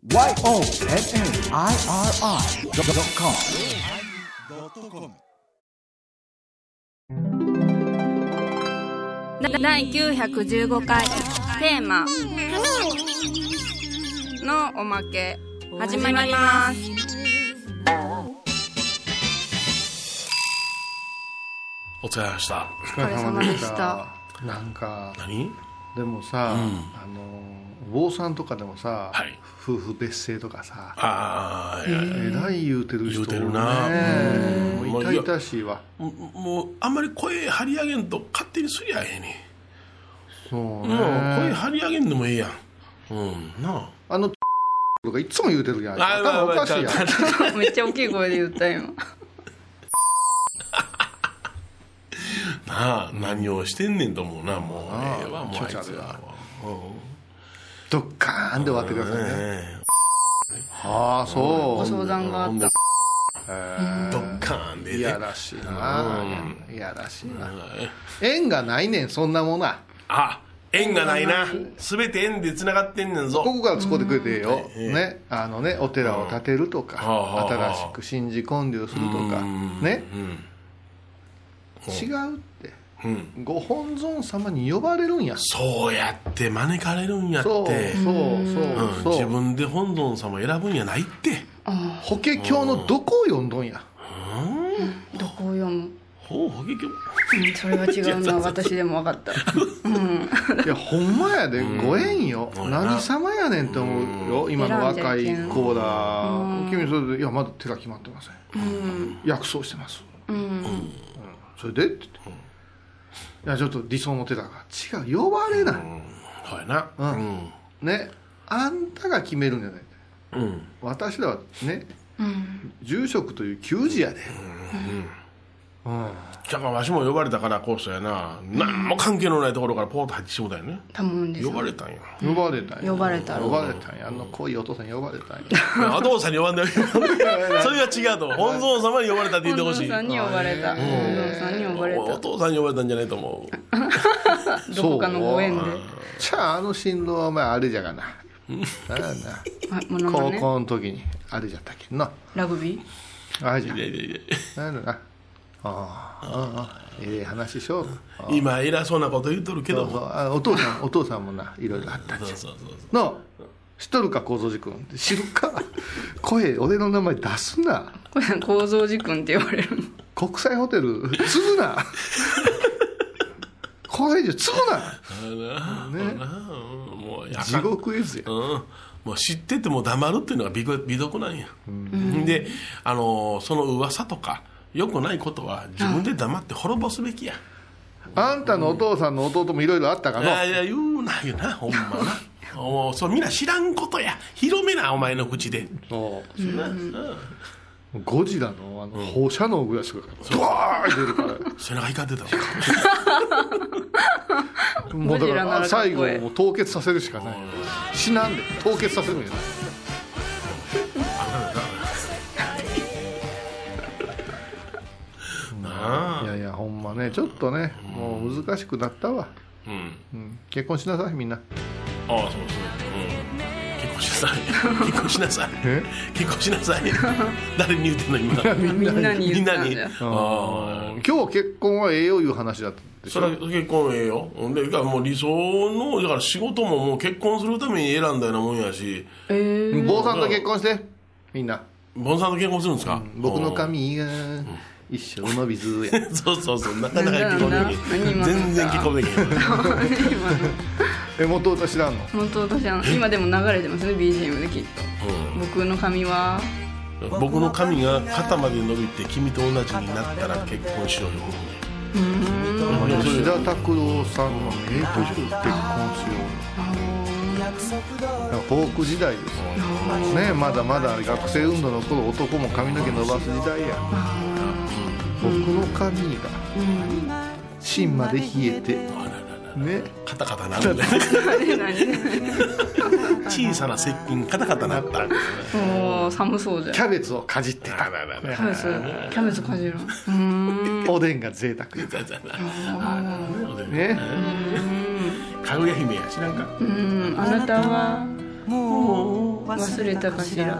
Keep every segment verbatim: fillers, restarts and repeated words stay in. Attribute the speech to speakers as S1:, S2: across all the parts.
S1: ワイオーエヌエヌアイアールアイドットコム
S2: だいきゅうひゃくじゅうごかいテーマのおまけ始まります。
S3: お疲れ様でした。
S2: お疲れ様でした。
S4: なんか
S3: 何
S4: でもさ、うん、あの坊さんとかでもさ、
S3: はい、
S4: 夫婦別姓とかさ、
S3: あ
S4: えらい言うてる人、ね、
S3: 言うてるな、
S4: もう痛々しいわ。
S3: もう、もうあんまり声張り上げんと勝手にすりゃええね。
S4: そうね、
S3: もう声張り上げんでもええやん。うんなあ。
S4: あのとかいつも言うてるやん。
S3: あ
S4: 頭おかしいやん。
S2: めっちゃ大きい声で言った今。
S3: なあ、何をしてんねんと思うな。もうええわ、もうあいつは
S4: ドッカーンで終わってくださいね。ああ、そう
S2: ご相談があった。
S3: ドッカーンでね。
S4: いやらしいな、いやらしいな。縁がないねん、そんなものは。
S3: あ、縁がないな。全て縁でつながってんねんぞ。
S4: ここから使ってくれてよ、ね、あのね、お寺を建てるとか、新しく神事建立するとかね、違うって、うん、ご本尊様に呼ばれるんや。
S3: そうやって招かれるんやって。
S4: そうそうそうそう、
S3: 自分で本尊様選ぶんやないって。
S4: 法華経のどこを読んどんや。
S2: うん、どこを読む。
S3: ほう、法華経、
S2: うん、それは違うな。私でも分かった、うん、
S4: いやほんまやで、ご縁よ、うん、何様やねんって思うよ、今の若い子だ。君それで、いやまだ寺決まってません、うん、約束してます、うんうん、それでって言って、うん、いやちょっと理想の寺が違う、呼ばれない、うん、
S3: そうやな、
S4: うんうん、ね、あんたが決めるんじゃない、うん、私らはね、うん、住職という給仕やで、うん
S3: うん、だからわしも呼ばれたからこそやな、何も関係のないところからポーッと入ってしもたよね。
S2: 多分です。
S3: 呼ばれたんや。
S4: 呼ばれたんや。
S2: 呼ばれた。
S4: 呼ばれたんや。あの濃いお父さんに呼ばれたんや。
S3: お父さんに呼ばんでそれは違うと。本尊様に呼ばれたって言ってほしい。
S2: 本尊さんに呼ばれた。本尊さんに呼ばれた。
S3: お父さんに呼ばれたんじゃないと思う。
S2: どこかのご縁で。
S4: じゃああの新郎はお前あれじゃがな。なんだな。高校の時にあれじゃったっけな。
S2: ラグビ
S4: ー。あれじゃ。
S3: いやいやいや。
S4: なんだな。ああ、ええ話しよう。
S3: 今偉そうなこと言っとるけども、
S4: そうそう、あお父さんお父さんもないろいろあったんじゃ。そうそうそうそうの知っとるか幸三寺君。知るか。声俺の名前出すな。
S2: 幸三寺君って言われる。
S4: 国際ホテル継ぐな。これ以上継ぐな。ね、もう地獄絵図や。
S3: うんもう知ってても黙るっていうのが美美徳なんや、うん、で、あのその噂とか良くないことは自分で黙って滅ぼすべきや。
S4: あんたのお父さんの弟もいろいろあったかの。
S3: いやいや言うな言うなほんまなもうそうみんな知らんことや、広めなお前の口で。そうそうな、うん、
S4: ゴジラのあの放射能ぐらいするからドワーッ出るから
S3: 背中光ってた
S4: もうだから最後もう凍結させるしかない。死なんで凍結させるんやない。いやいやほんまねちょっとね、うん、もう難しくなったわ、うんうん、結婚しなさいみんな。あ
S3: あそうそう、うん、結婚しなさい結婚しなさい結婚しなさい誰に言うてんの今
S2: みんなに言ったんだよ。
S4: あ今日結婚はええよいう話だったでしょ。
S3: それは結婚ええよでだからもう理想のだから仕事ももう結婚するために選んだようなもんやし、
S4: えー、坊さんと結婚してみんな。
S3: 坊さんと結婚するんですか、
S4: うん、僕の髪が、うん一生の水や
S3: そうそうそうなかなか結婚できん全然結婚できん
S4: え元歌知らんの。
S2: 元歌知らん。今でも流れてますね ビージーエム できっと、うん、僕の髪は
S3: 僕の髪が肩まで伸びて君と同じになったら結婚しようよ。
S4: うーん吉田拓郎さんの名曲結婚しよう。フォーク時代ですよね。まだまだ学生運動の頃男も髪の毛伸ばす時代や。僕の髪が芯まで冷えてね
S3: カタカタなる小さな接近カタカタなった。
S2: お寒そうじゃん。
S4: キャベツをかじってた。
S2: キャベツキャベツかじる。うーん
S4: おでんが贅沢ね。
S3: かぐや姫や知らんか。
S2: うんあなたはもう忘れたかしら。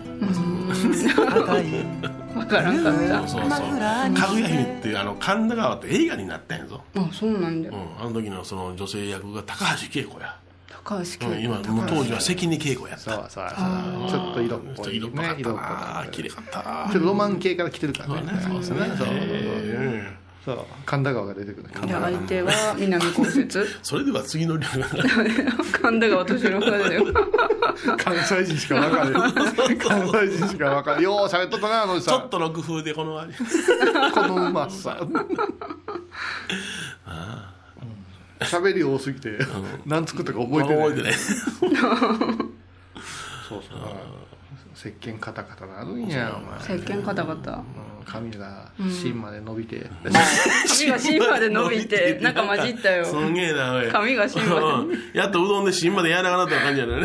S2: 分からんかった。
S3: そうそうそう、かぐや姫っていうあの神田川って映画になったんやぞ。
S2: あ、そうなんだよ、
S3: うん、あの時のその女性役が高橋恵子や。
S2: 高橋恵子、
S3: うん、今もう当時は関根恵子やった。
S4: そうそうそう、ちょっと色っぽい、
S3: 色っぽかったな、綺麗かった。
S4: ちょっとロマン系から来てるからね。
S3: そうですね、そう
S4: そう神田川が出てくる。
S2: で相手は南こうせつ。
S3: それでは次の
S2: 神田川年の方だよ。
S4: 関西人しか分かる。関西人しか分かる。よう喋っとったな、あの人。
S3: ちょっとの工夫でこの
S4: このうまさ。喋り多すぎて何作ったか覚えてない。覚えてない。そうそう。石鹸カタカタなるんやお
S2: 前。石鹸カタカタ。
S4: 髪が芯まで伸びて、
S2: 髪が芯まで伸びてなんか混じったよ。
S3: すんげえなおい。
S2: 髪が芯ま
S3: でやっとうどんで芯まで柔らかなった感じやね。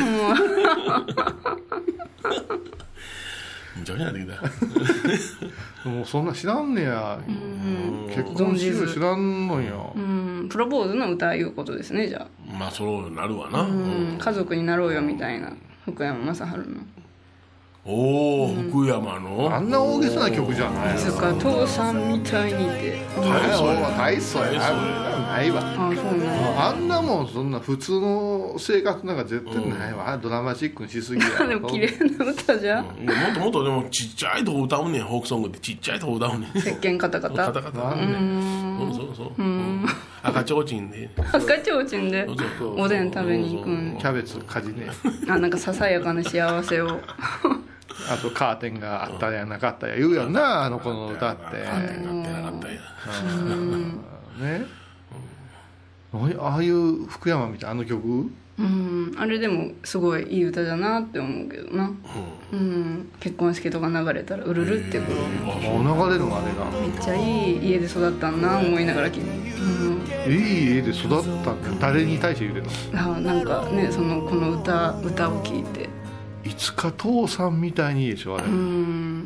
S3: むちゃくちゃなってきた。
S4: もうそんな知らんねや。結婚しよう知らんのよ。
S2: プロポーズの歌いうことですね、じゃ
S3: あ。まあそうなるわな。
S2: 家族になろうよみたいな、福山雅治の。
S3: おお、福山の
S4: あんな大げさな曲じゃない。
S2: つか父さんみたいにって
S4: 大層や大層やないわ。
S2: あ、そうな
S4: の。あんなもんそんな普通の生活なんか絶対ないわ。ドラマチックにしすぎや。
S2: でも綺麗な歌じゃん。
S3: もっともっとでもちっちゃいとこ歌うねん。フォークソングってちっちゃいとこ歌うねん。
S2: 石鹸カタカタ
S3: カタカタ。そうそうそう。赤ちょうちんで。
S2: 赤ちょうちんでおでん食べに行くん。
S4: キャベツかじね。
S2: あ、なんかささやかな幸せを。
S4: あとカーテンがあったやなかったや言うやんな、あの子の歌って。カ
S3: ーテンがあってなかったや
S4: ね。ああいう福山みたいなあの曲、
S2: うん、あれでもすごいいい歌だなって思うけどな、うんうん、結婚式とか流れたらうるるってくる。
S4: もう流れるのあれが
S2: めっちゃいい家で育ったんな思いながら聞いて、
S4: うん、いい家で育ったって誰に対して言うてんの？
S2: あ、なんかね、そのこの歌歌を聞いて
S4: いつか父さんみたいにでしょあれ。うん、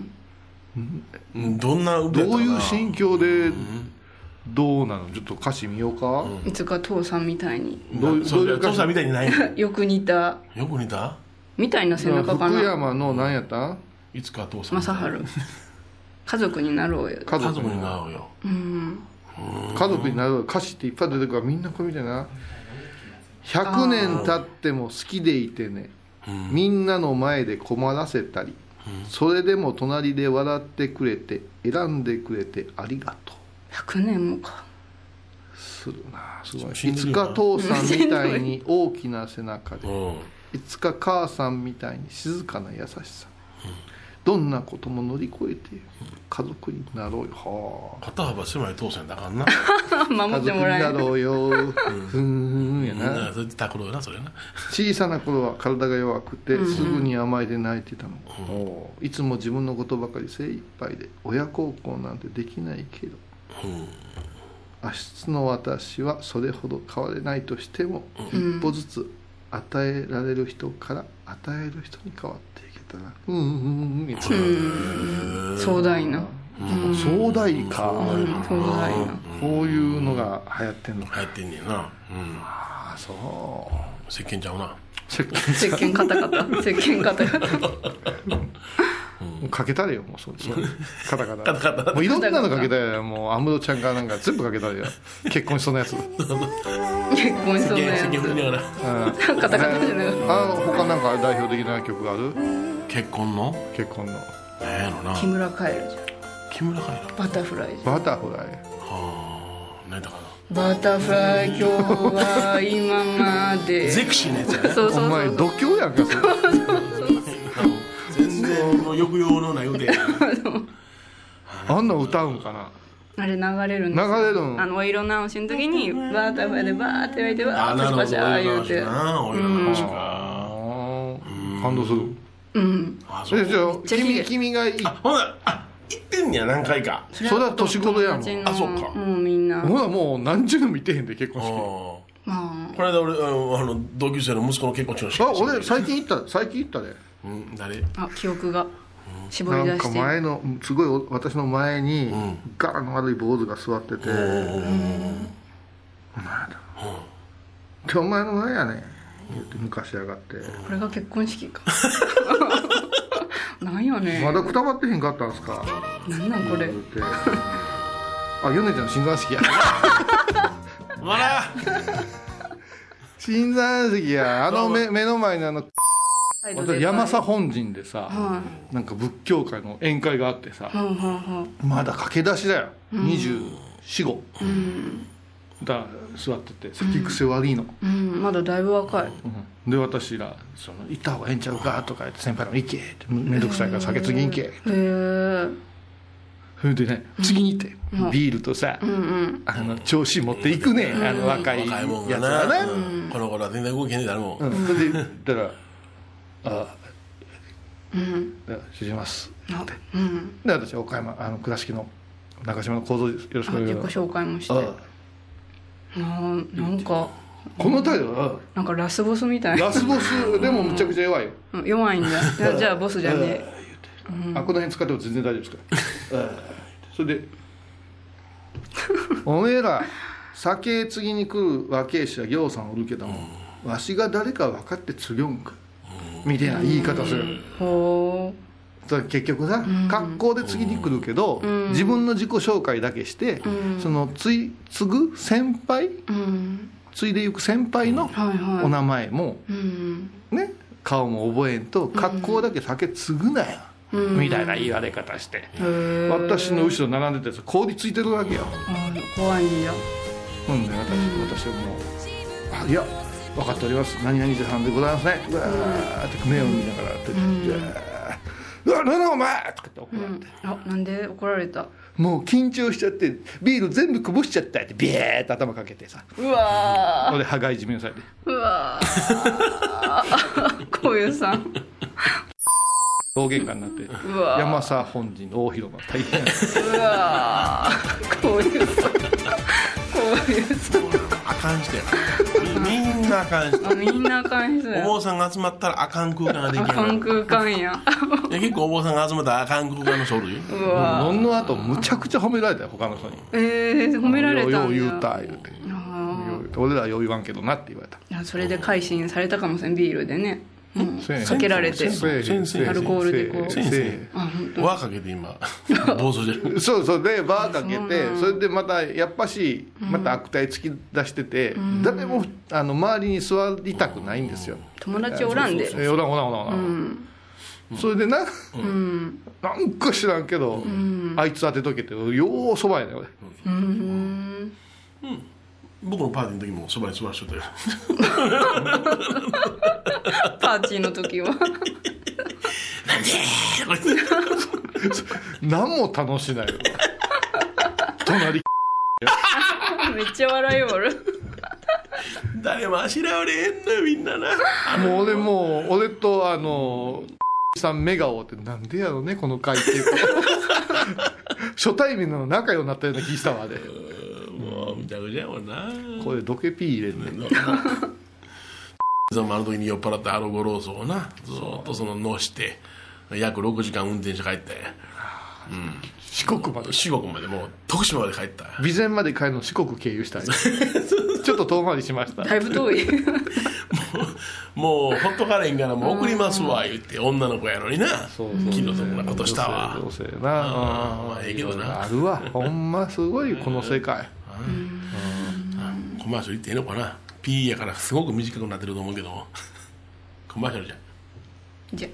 S3: どんな
S4: どういう心境でどうなの？ちょっと歌詞見ようか、
S2: うん、いつか父さんみたいに。
S3: どういう父さんみたいにない
S2: よく似た
S3: よく似た
S2: みたいな背中かな。
S4: 福山の何やった？
S3: いつか父さん
S2: 雅治家族になろうよ。
S3: 家族になろうよ、
S2: うん、
S4: 家族になろうよ。歌詞っていっぱい出てくるからみんなこれみたいな。ひゃくねん経っても好きでいてね、みんなの前で困らせたり、うん、それでも隣で笑ってくれて選んでくれてありがとう。
S2: ひゃくねんもか
S4: するな。すごい。いつか父さんみたいに大きな背中で、いつか母さんみたいに静かな優しさ、うん、どんなことも乗り越えて家族になろうよ。はあ、
S3: 肩幅狭い父さんだからな
S2: 守ってもらえる。
S4: 家族になろうよふんやな。
S3: それで拓郎やな、それな。
S4: 小さな頃は体が弱くてすぐに甘えて泣いてたの、うん、いつも自分のことばかり精一杯で親孝行なんてできないけど、うん、明日の私はそれほど変われないとしても、うん、一歩ずつ与えられる人から与える人に変わっていけたら、うんうんうんみたいな。
S2: 壮大な、
S4: うん、壮大か、
S2: うん、壮大な、
S4: こういうのが流行ってんのか。
S3: 流行ってんねんな、うん、
S4: ああ、そう
S3: 石鹸ちゃうな。
S2: 石鹸カタカタ石鹸カタカタ
S4: もうかけたれよ、もうそうそうカタカタカタカタもういろんなのかけたれよ。もう安室ちゃんがなんか全部かけたれよ。結婚しそうなやつ
S2: 結婚しそうなやつ
S3: 石鹸振りながら
S2: カタカタじゃなくて、
S4: あ、他なんか代表的な曲ある？
S3: 結婚の
S4: 結婚の
S3: ええのな。
S2: 木村カエルじゃん。
S3: 木村カエル
S2: バタフライじゃん。
S4: バタフライ、
S3: はあ、何だかな。
S2: バタフライ今日は今まで
S3: ゼクシーなやつやね。
S2: そうそうそう、
S4: お前度胸やんかそれ
S3: 全然もう抑揚のない腕
S4: あんな歌うんかな。
S2: あれ流れるんですよ。
S4: 流れるん。
S2: あのお色直しの時にバタフライでバーって焼いてバーッとパシャー言うて、
S3: お色直しか、
S4: 感動する。うん。
S3: あ、そう。
S4: じゃあ君君がい
S3: あ、ほな、あ、行ってんねや、何回か。
S4: それは年頃やもん。
S3: あ、そうか。
S2: もうみんな
S4: ほなもう何十年も行ってへんで結婚式。
S2: まあ、
S3: この間俺あのあの同級生の息子の結婚式の
S4: 式。あ、俺最近行った最近行ったで。
S3: うん、誰？
S2: あ、記憶が絞り出して。
S4: なんか前のすごい私の前に、うん、柄の悪い坊主が座ってて。お前だ。今日お前の前やね。 言って抜かしやがって、
S2: これが結婚式かなんやねん、
S4: まだくたばってへんかったんですか、
S2: なんなんこれ、
S4: 言ってあ、ヨネちゃんの新山式や
S3: わら
S4: 新山式や、あの 目, 目の前にあの私山佐本陣でさ、
S2: は
S4: なんか仏教界の宴会があってさ、
S2: い、はんはんはん、
S4: まだ駆け出しだよ、にじゅうよん、ご
S2: うん
S4: だ座ってて咳癖悪いの、
S2: うん、まだだいぶ若い、
S4: うん、で私らその行った方がええんちゃうかとか言って先輩の行けってめんどくさいから酒次に行け、
S2: へえ、
S4: それでね次に行って、
S2: うん、
S4: ビールとさ、
S2: うんうん、
S4: あの調子持っていくね、うん、あの若い
S3: 若いもん
S4: や
S3: がな、
S4: つがね、
S3: うん、この頃は全然動けねえだろもん、
S4: うん、それで言ったら「ああ、
S2: うん、
S4: 知ります」って、
S2: うん、
S4: で私は岡山あの倉敷の中島の構造よろしくお願いします、
S2: 自己紹介もして、ああ、なんか
S4: この態度は
S2: なんかラスボスみたいな、
S4: ラスボスでもむちゃくちゃ弱いよ、
S2: うん、弱いんだじゃあ、じゃあボスじゃねえ、
S4: うん、あ、この辺使っても全然大丈夫ですからそれでおめえら酒継ぎに来る若えしはぎょうさんおるけども、わしが誰か分かって継ぎょんかみたいな言い方する、
S2: ほ
S4: う結局さ、格好で継ぎに来るけど、うん、自分の自己紹介だけして、うん、その継ぐ先輩、うん、継いでいく先輩のお名前も、はいはい、ね、顔も覚えんと格好だけ酒継ぐなよ、うん、みたいな言われ方して、うん、私の後ろ並んでたやつ氷ついてるわけよ、
S2: 怖いんや、
S4: なんで私、うん、私はもうあ、いや分かっております、何々さんでございますね、うわーって目を見ながらって、うん、うわ、なんだお前とかって怒られて、
S2: うん、あ、なんで怒られた、
S4: もう緊張しちゃってビール全部こぼしちゃったってビエーって頭かけてさ、
S2: うわー、
S4: 俺羽交い締めをされて、
S2: うわーこういうさん
S4: 大喧嘩になって山佐本陣の大広間大変
S2: うわーこういうさこういうさ
S3: あかん人やみんなあかん人、
S2: あ、みんなあかん人や、
S3: お坊さんが集まったらあかん空間ができる、
S2: あかん空間やいや
S3: 結構お坊さんが集まったらあかん空間の人おるよ、
S2: うわ
S4: のんのあとむちゃくちゃ褒められたよ他の人に、
S2: えー、褒められたんや、
S4: よう言うた言うて、俺らはよう言わんけどなって言われた、
S2: いやそれで改心されたかもしれん、ビールでね、うん、かけられて
S3: 先生
S2: アルコールでこう
S3: 先生輪かけて今暴走じゃる
S4: そうそうでバーかけて、それでまたやっぱしまた悪態突き出してて、うん、誰もあの周りに座りたくないんですよ、
S2: 友達おらんで、
S4: えおらんおらんおらんおらん、うん、それでな、うん、なんか知らんけど、うん、あいつ当てとけてようそばやね俺、うん、
S3: うん、僕のパーティーの時もそばに座らせてたよ
S2: パーティーの時はなんで
S4: 何も楽しないよ隣
S2: めっちゃ笑いおる
S3: 誰もあしらわれへんのよみんなな、
S4: もう俺もう俺とあのさん目顔ってなんでやろねこの回っていう初対面の仲良くなったような気したわで、
S3: もうむちゃくちゃやもんな、
S4: これドケピー入れんねん
S3: そのあの時に酔っ払ったアロゴローソをなずっとその乗して約ろくじかん運転して帰って、
S4: うん、四国まで
S3: 四国までもう徳島まで帰った、
S4: 備前まで帰るの四国経由したいちょっと遠回りしました、
S2: だいぶ遠い
S3: もうもうほっとかれんからもう送りますわ言って女の子やのにな、気の毒なことしたわ、
S4: そうそうやな、まあええけどな、あるわほんますごいこの世界、
S3: コマーシャル言ってええのかな、P やからすごく短くなってると思うけどコマーシャルじゃん
S2: じゃ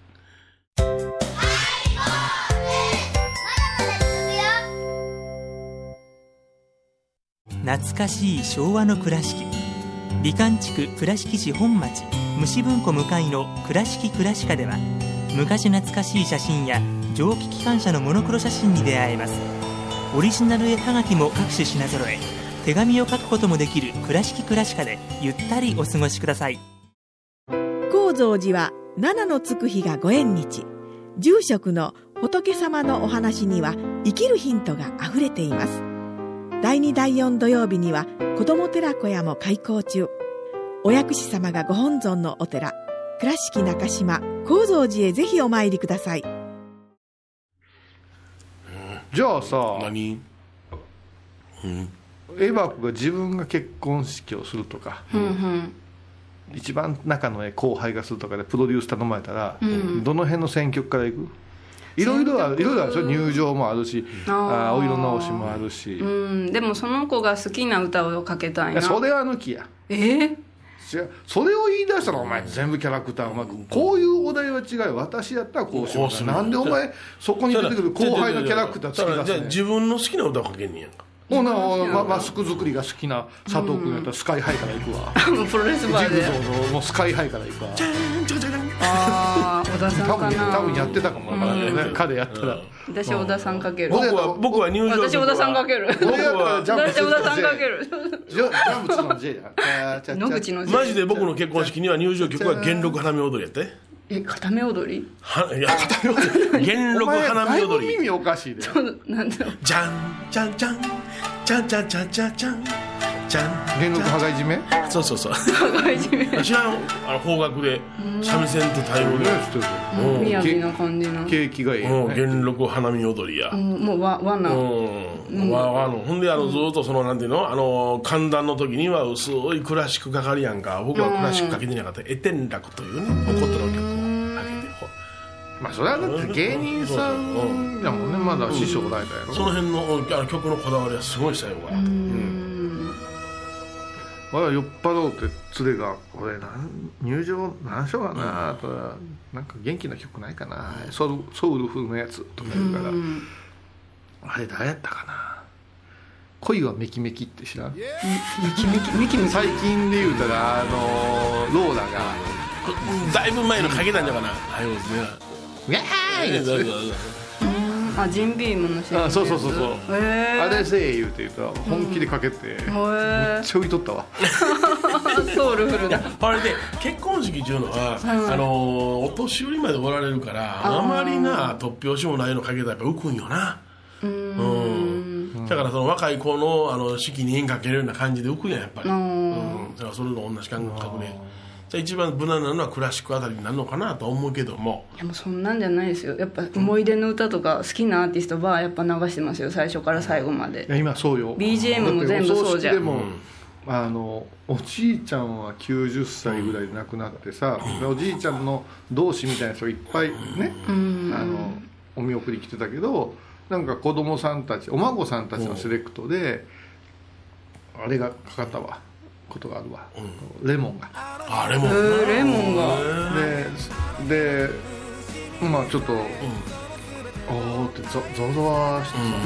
S5: 懐かしい昭和の倉敷、美観地区倉敷市本町虫文庫向かいの倉敷倉歯科では昔懐かしい写真や蒸気機関車のモノクロ写真に出会えます。オリジナル絵はがきも各種品揃え、手紙を書くこともできる倉敷倉歯科でゆったりお過ごしください。
S6: 高蔵寺は七のつく日がご縁日、住職の仏様のお話には生きるヒントがあふれています。だいにだいよん土曜日には子ども寺小屋も開校中。お薬師様がご本尊のお寺、倉敷中島・高蔵寺へぜひお参りください。
S4: じゃあさ、
S3: 何、うん、
S4: エバクが自分が結婚式をするとか、
S2: うんうん、
S4: 一番仲のええ後輩がするとかでプロデュース頼まれたら、
S2: うん、
S4: どの辺の選曲からいく？いろいろある、いろいろあるでしょ。入場もあるし、あお色直しもあるし、
S2: うん、でもその子が好きな歌をかけたいな。
S4: いやそれは抜きや。
S2: えー
S4: それを言い出したらお前全部キャラクターうまくこういうお題は違う、私やったらこうしよう。なんでお前そこに出てくる後輩のキャラクター突き出すねん。
S3: じゃあ自分の好きな歌をかけんねやんか。
S4: ほなマ, マスク作りが好きな佐藤君やったらスカイハイから行くわ。
S2: もうプロレスバーで
S4: ジグゾーのもうスカイハイから行くわ。
S2: ああ小田さんかな。
S4: 多分やってたかもわからないね、彼やったら。
S2: 私小田さんかける。
S3: 僕は僕は入場
S2: 私小田さんかける。
S4: 僕は
S2: 私小田さんかける。
S4: ジャンプの J や。
S2: 野口の J。
S3: マジで僕の結婚式には入場曲は元禄花見踊りやって。
S2: え片目踊り？
S3: はいや片目踊り。元禄花見踊り。
S4: 耳おかしいで。
S2: なんだろう。
S3: じゃんじゃんじゃんじゃんじゃんじゃんじゃんじゃんじゃん。
S4: 元禄羽がいじめ？
S3: そうそうそう。
S2: 羽がいじめ。
S3: 知らんあの方角で三味線と太鼓で。
S2: みやびな感じの。
S4: 景気がいい。
S3: 元禄花見踊りや。
S2: もう和和な。
S3: 和和のほんであのずっとそのなんていうのあの寒暖の時には薄いクラシックかかりやんか。僕はクラシックかけてなかったエテン楽というね怒ってる曲をかけて。
S4: まあそれはだって芸人さんやもんね、まだ師匠代々やろ。
S3: その辺のあの曲のこだわりはすごいしたよ。俺
S4: は酔っ払うって連れが「俺入場何しようかな」とか「なんか元気な曲ないかな、ソウル、ソウル風のやつ」とか言うから「あれ誰やったかな、恋はメキメキって知らん？メ
S2: キメキメキメキ
S4: 最近で言うたらあのローラが
S3: だいぶ前のかけたんじゃかな。はいね。
S4: ウェーイ！
S2: あジンビームのシーン。
S4: あそうそうそうそう。あれせえ言うて言うたら本気でかけてめっちゃ浮いとったわ。
S2: ソウルフルだ。
S3: あれで結婚式っていうのは、あのお年寄りまでおられるからあまりな突拍子もないのかけたら浮くんよな。うん。だからその若い子のあの式に縁かけるような感じで浮くんややっぱり。うん。だからそれと同じ感覚で。一番無難なのはクラシックあたりになるのかなと思うけども、
S2: いやもうそんなんじゃないですよ。やっぱ思い出の歌とか好きなアーティストはやっぱ流してますよ、最初から最後まで。
S4: いや今そうよ。
S2: ビージーエム も全部そうじゃん。
S4: でも、うん、あのおじいちゃんはきゅうじゅっさいぐらいで亡くなってさ、うん、おじいちゃんの同志みたいな人がいっぱいね、うん、あのお見送り来てたけど、なんか子供さんたちお孫さんたちのセレクトで、うん、あれがかかったわことがあるわ、うん、レモンが
S3: あレモン
S2: レモンが
S4: ででまあちょっと、うん、おーってゾゾワゾワしてさ、うん、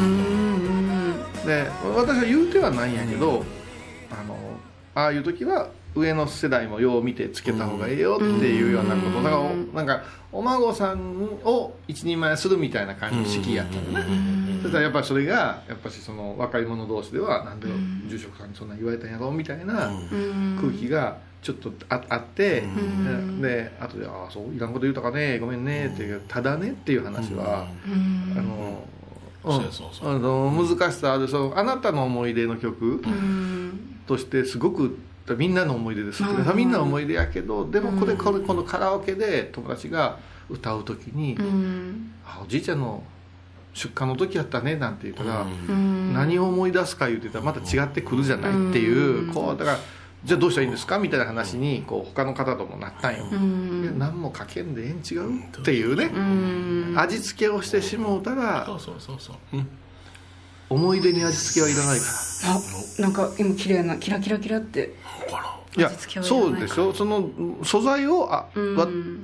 S4: で私は言うてはないんやけど、うん、あのああいう時は上の世代もよう見てつけた方がいいよっていうようなことだから、なんかお孫さんを一人前するみたいな感じの式やったんだね。そしたらやっぱりそれがやっぱりその若い者同士ではなんで住職さんにそんな言われたんやろみたいな空気がちょっと あ, あって、で後で「ああそういらんこと言うたかねごめんね」っていうただねっていう話はあの。うん、そうそうそうあの難しさあるそのあなたの思い出の曲としてすごくみんなの思い出ですってみんなの思い出やけどでもこれこれこのカラオケで友達が歌う時に「あおじいちゃんの出荷の時やったね」なんて言ったら何を思い出すか言うてたらまた違ってくるじゃないっていうこうだからじゃあどうしたらいいんですかみたいな話にこう他の方ともなったんよ。何もかけんでええん違うっていうね味付けをしてしもうたらそうそうそうそう、うん思い出に味付けはいらないか
S2: ら。あなんか今綺麗なキラキラキラって
S4: いやそうでしょその素材をあ、うん、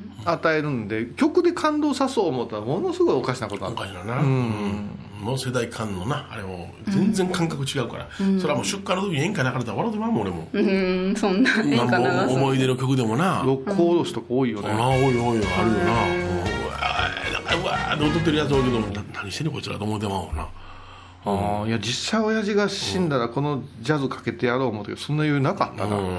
S4: 与えるんで曲で感動さそう思ったらものすごいおかしなことなんだ。
S3: おかしなな、うん、もう世代間のなあれも全然感覚違うから、うん、それはもう出荷の時に演歌流れたら笑うてまうもん俺も
S2: うんそんな演歌流す
S3: 思い出の曲でもな
S4: 六甲おろしとか多いよね、
S3: うん、あ多い多いあるよな、うん、うわーうわーで踊ってるやつ多いけど何してんねんこいつらと思うてまうな。
S4: あいや実際親父が死んだらこのジャズかけてやろう思うけどそんな余裕なかったな。うん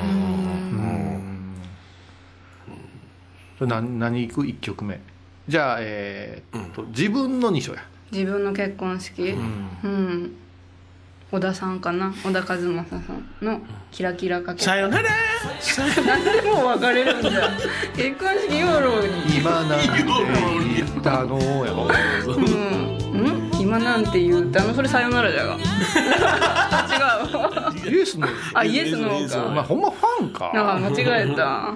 S4: うん何何いくいっきょくめじゃあ、えーっとうん、自分のに章や
S2: 自分の結婚式、うんうん、小田さんかな小田和正さんのキラキラかけ
S3: さよなら
S2: 何でも別れるんじゃ結婚式よろうに
S4: 今なんて言ったのやろ、
S2: うん、うん今今なんて言うってあのそれさよならじゃが違う
S4: イエスの
S2: あイエスの方か
S4: まあほんまファンか
S2: あ間違えた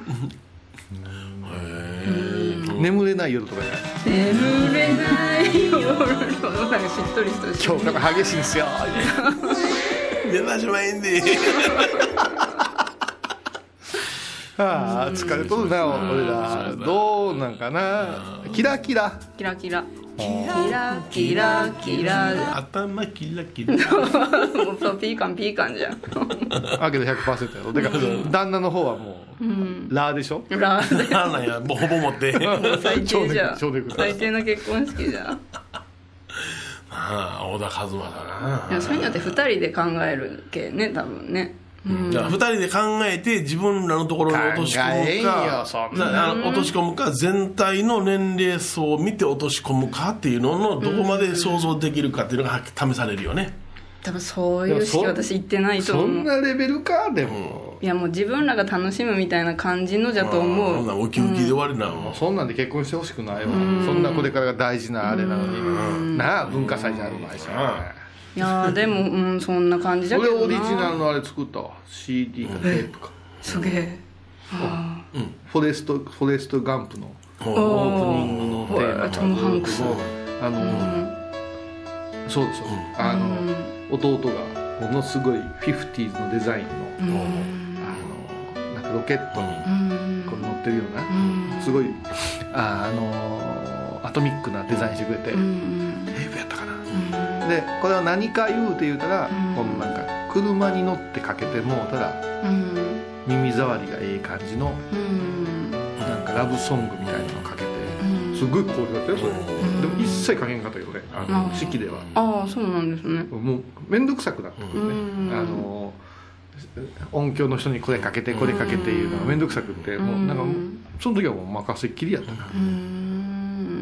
S4: 眠れない夜とかじゃない
S2: 眠れない夜のなんかしっとりしたし
S4: 今日なんか激しいんですよ
S3: 出ましまえんで
S4: ああ疲れとるな俺らどうなんかなキラキラ
S2: キラキラキラキラキラ
S3: 頭キラキラ
S2: もうそうピーカンピーカンじゃん
S4: あけど ひゃくパーセント やろでか旦那の方はもう、うん、ラーでしょ
S2: ラーで
S3: なんなんやもうほぼ持って
S2: もう最低じゃん
S4: 超ネク
S2: 最低な結婚式じゃん
S3: ああ小田和正だ
S2: ないやそういうのってふたりで考えるけね多分ね
S3: うん、だからふたりで考えて自分らのところに落とし込むかあの落とし込むか全体の年齢層を見て落とし込むかっていうののどこまで想像できるかっていうのが試されるよね。
S2: 多分そういう式私言ってないと思う。
S4: そんなレベルかでも、
S2: いやもう自分らが楽しむみたいな感じのじゃと思う。
S3: そんなウキウキで終わりなの、
S4: うん、そんなんで結婚してほしくないわ。そんなこれからが大事なあれなのになあ文化祭じゃあるまいし
S2: いやでも、うん、そんな感じだけどな。
S4: 俺オリジナルのあれ作ったわ シーディー かテープか、
S2: すげえ、
S4: うん、フォレストフォレストガンプのオープニングのテーマ
S2: トム・ハンクス
S4: あの、うん、そうですよ、うん、あの、うん、弟がものすごいフィフティーズのデザインの、うん、あのなんかロケットにこれ乗ってるような、うん、すごいあ、あのアトミックなデザインしてくれて、うん、テープやったかな、うん、でこれは何か言うて言うたら、うん、このなんか車に乗ってかけてもうたら、うん、耳障りがええ感じの、うん、なんかラブソングみたいなのをかけて、うん、すごい好評だったよそれ、うん、でも一切かけんかったけどねあの式では。
S2: ああそうなんですね。
S4: もう面倒くさくなってくるね、うん、あの音響の人にこれかけてこれかけていうのが面倒くさくって、うん、もうなんかその時はもう任せっきりやったな。うん、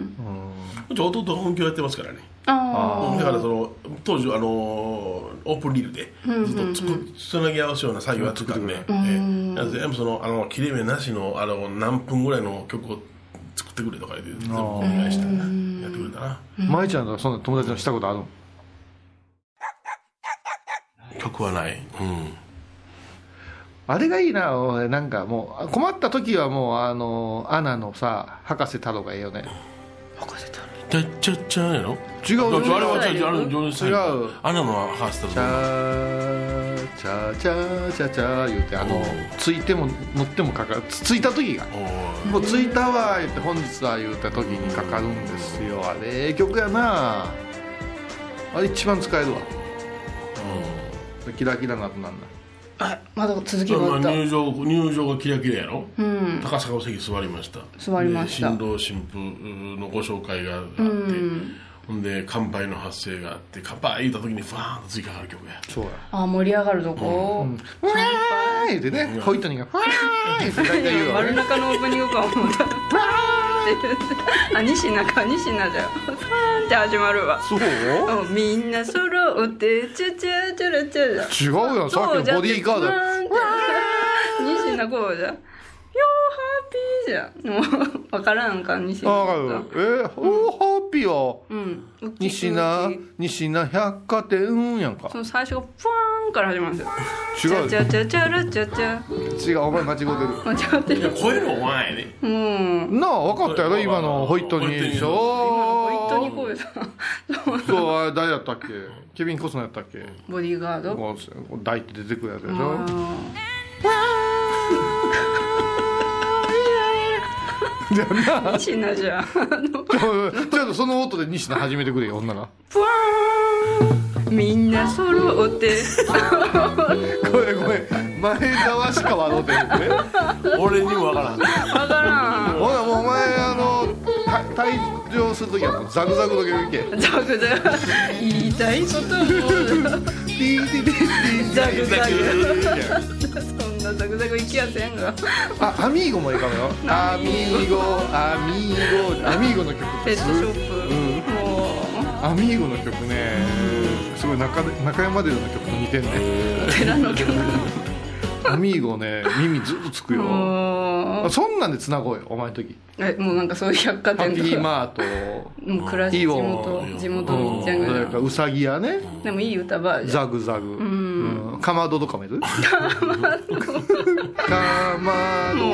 S3: うん、弟が音響やってますからね。
S2: あ
S3: だからその当時あのオープンリールでずっとつくつなぎ合わせような作業やってたんで、全部そのあの切れ目なしのあの何分ぐらいの曲を作ってくれとか言って全部お願いしてやってくれたな。
S4: 舞ちゃんがそんな友達のしたことあるの？
S3: 曲はない。うん。
S4: あれがいいな。俺なんかもう困った時はもうあのアナのさ博士太郎がいいよね。
S2: 博士太郎。
S3: ちゃっちゃっちゃやろ？
S4: 違うよ。
S3: あれは違うあれ違う。アナの博士太郎。
S4: チャーチャーチャーチャー言うてあのついても乗ってもかかるついた時がもうついたわ言って本日は言うた時にかかるんですよ。あれええ曲やな。あれ一番使えるわ。うん、キラキラなとなんだ。
S2: あまだ続きがあった。
S3: 入場入場がキラキラやろ。
S2: うん、
S3: 高坂の席座りました。
S2: 座りました。
S3: 新郎新婦のご紹介があって。うんほんで乾杯の発声があって乾杯言った時にファーンと追加がある曲や。
S4: そうや。
S2: あ盛り上がるとこ。
S4: うん。乾杯ってね、ホイットニーがファーンって大体言うわね。
S2: 丸中のオープニングか思った。ファーンって言って、あ西中西中じゃファーンって始まるわ。
S4: そう？
S2: みんな揃ってチャチャチャラチャラ。
S4: 違うやんさっきのボディーガード。
S2: 西中こうじゃ。ヨーハッピーじゃん。もう分からんか西中。
S4: あ分かる。えー、ヨーハッピーは、
S2: うん、
S4: 西名西名百貨店やんか。
S2: その最初がファーンから始まるんです
S4: よ。違う。
S2: チャチャチャラチャチャ。
S4: 違うお前間違ってる。
S2: 間違ってる。
S3: いや声のお前やね。
S2: うん。
S4: なあ分かったやろ今のホイットニーでしょ。
S2: 今のホイットニー声さ。
S4: そうあれ誰やったっけ？ケビンコスナーやったっけ？
S2: ボディーガード。
S4: もう大って出てくるやつでしょ。じゃあな
S2: 西名じゃん。
S4: ちょっとその音で西名始めてくれよ女が。
S2: ふわーんみんな揃って
S4: ごめんごめん前澤しか笑うてるね。
S3: 俺にもわからん。
S2: わからん。
S4: ほらもうお前あの退場するときはもうザクザクの曲いけ。
S2: ザクザク言いたいことをザクザクそんなザクザクいきやせんが。
S4: あアミーゴもいいかもよ。アミーゴアミーゴアミーゴの曲
S2: ペットショップ、うん、もう
S4: アミーゴの曲ねすごい 中, 中山での曲と似てんね。
S2: 寺の曲
S4: アミーゴね耳ずっとつくよ。そんなんでつなごうよお前の時。
S2: えもうなんかそういう百貨
S4: ハッピ
S2: 店とか
S4: ーマート、
S2: もう暮らし地元地元みっちゃんぐらい。
S4: うさぎ屋ね、
S2: でもいい歌バージョン。
S4: ザグザグ、うん、かまどとかもいるかまどかまど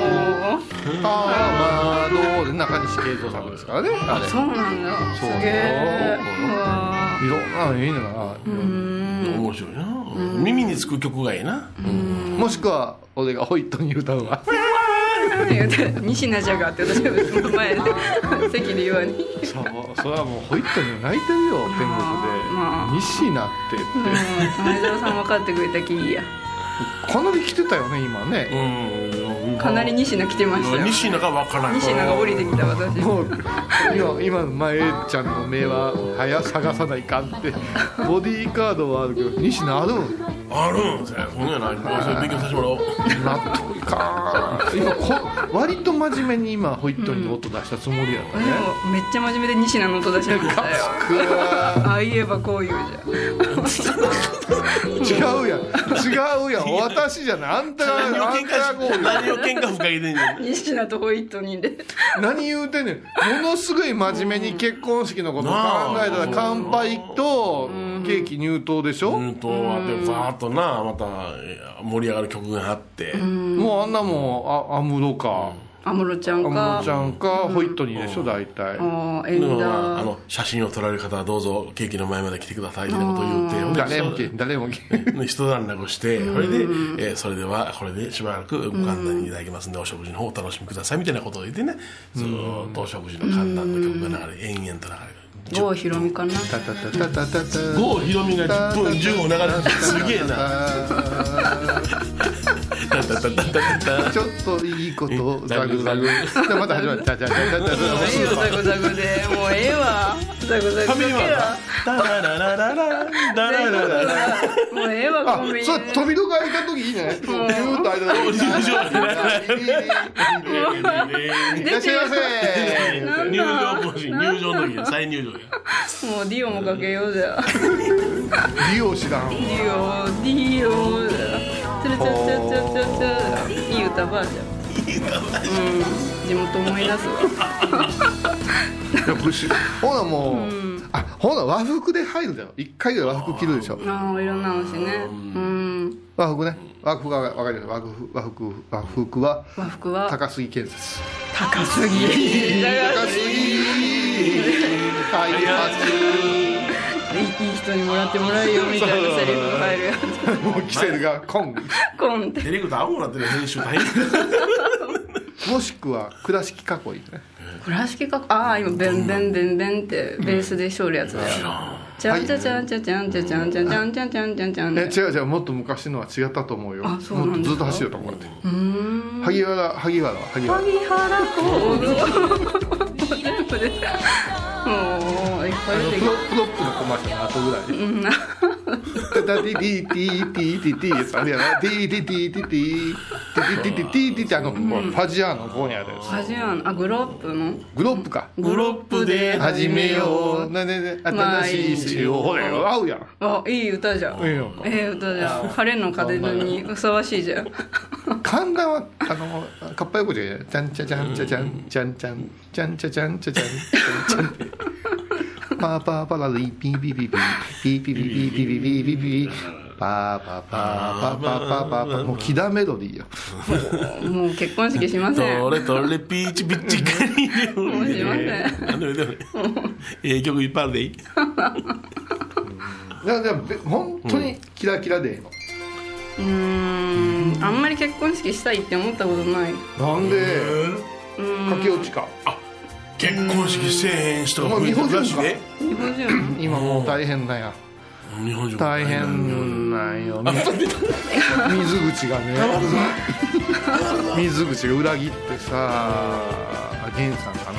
S4: かまどで中西慶三作ですからねあれ。
S2: そうなんだ。
S4: そう
S2: すげえ。
S4: いろんなのいいのかな。
S3: 面白いな。耳につく曲がいいな。
S4: もしくは俺がホイットに歌うわ。
S2: 西名ジャガーって私が前で席で言わに。
S4: そうそれはもうホイットに泣いてるよ天国で、
S2: まあ、
S4: 西名ってって
S2: 前澤さん分かってくれたきいいや。
S4: かなり来てたよね今ね。
S3: うん、
S2: かなり西名来てましたよ。
S3: 西名が分からない。
S2: 西名が降りてきた私。
S4: もう今今の前ちゃんの目は早探さないかんってボディーカードはあるけど西名あるん
S3: あるんですよ。このようなそれ勉強させてもらおう。
S4: 納得いかん。今こ割と真面目に今ホイットニーの音出したつもりやったね、
S2: でもめっちゃ真面目で西名の音出しましたよ。ああ言えばこう言う
S4: じゃん違うやん違うやん私じゃないあんたが
S3: 何を
S4: あん
S3: 喧
S4: たがこう
S3: 嘩何を喧嘩深げてんねん。
S2: 西名とホイットニーで。
S4: 何言うてんねん。ものすごい真面目に結婚式のことを考えたら乾杯とケーキ入刀でしょ。
S3: うんとあってバーッとなまた盛り上がる曲があって、
S4: もうあんなもん安室か
S2: 安室ちゃん
S4: 安
S2: か
S4: 室ちゃんかホイットニーでしょ大体。
S2: あエン
S3: でもまああ
S2: ダー
S3: の写真を撮られる方はどうぞケーキの前まで来てくださいみたいなことを言ってほんで
S4: 誰もけ誰もけ
S3: 一段落してそれで、えー、それではこれでしばらくご歓談いただきますんでお食事の方をお楽しみくださいみたいなことを言ってねずーっとお食事の歓談の曲が流れ延々と流れる。
S2: 郷ひろみかな。
S4: タタタタタタタ
S3: 郷ひろみがじゅっぷんじゅうご流れてすげえな。タタタタタタ
S4: ちょっといいことザグザグでまた始まるタタタタタタ
S2: いいよザグザグでもうええわザグザグかけら
S3: ダラララララダララララ
S2: もうええわ
S4: あ
S2: コンビニ。
S4: そう飛び戸が開いた時いいね。ギューッと開いた時いらっしゃいませ。
S3: 入場行進入場の時や再入場や。
S2: もうディオもかけようじゃ。
S4: リオ知らん。
S2: ディオディオじゃ。つるつるつるつるつるつる。いい歌バージョン。いい歌バージョン。うん地元思い出すわ。
S4: よくしほなもう、うん、あほな和服で入るだよ。一回ぐらい和服着るでしょ。
S2: ああいろんなのしね。うん
S4: 和服ね和服が分かります。和服和服和服は
S2: 和服は
S4: 高杉建設
S2: 高すぎ
S4: 高すぎ開発
S2: いい人にもらってもらうよみたいなセリフが入るやつ。
S4: もう季節がコン
S2: コンって
S3: ディレクター青くなってる編集大変。
S4: もしくは倉敷囲いね。
S2: 倉敷かああ今ベンベンベンベンってベースでしょるやつだよ。ちゃんちゃちゃんちゃちゃんちゃちゃんちゃちゃんちゃんちゃんちゃんちゃん。
S4: え違う違うもっと昔のは違ったと思うよ。
S2: あそうなんですか。
S4: もっとずっと走ると思って。
S2: うーん
S4: 萩原萩原は萩原
S2: 萩原工業全部でもういっぱい出てき
S4: プロプロップのコマーシャルの後ぐらいで
S2: うん
S4: タタティティティティティティやつあれやなティティティティティティティティティティティってあのファジアーの方にあるやつ。
S2: 初めはあグロップの
S4: グロップか
S2: グロップで
S4: 始めようなねね新しい詩をほれ合うやん。
S2: あいい歌じゃん。
S4: いいのか
S2: ええ歌じゃん。晴れの風にふさわしいじゃん。
S4: 神田はあのかっぱ横丁じゃない。ちゃんちゃちゃんちゃちゃんちゃんちゃんちゃんちゃちゃんちゃちゃんちゃんってパーパーパラリピーピーピーピーピーピーピーピーピーピーピーピーピーパーパーパーパーパーパーパーパーもう木田メロディーよ。
S2: もう結婚式しません。
S3: トレトレピーチピッチカリ
S2: もうしません。
S3: なんでもでもええ曲いっぱいあるでいい。
S4: いやでも本当にキラキラでええの。
S2: うーんあんまり結婚式したいって思ったことない。
S4: なんで駆け落ちか。
S3: あ結婚式せえへん人が増えてるらしいね。
S2: 日本人
S4: 今もう大変なんや。
S3: 日本人
S4: 大変なんよ。水口がね水口が裏切ってさ源さんかな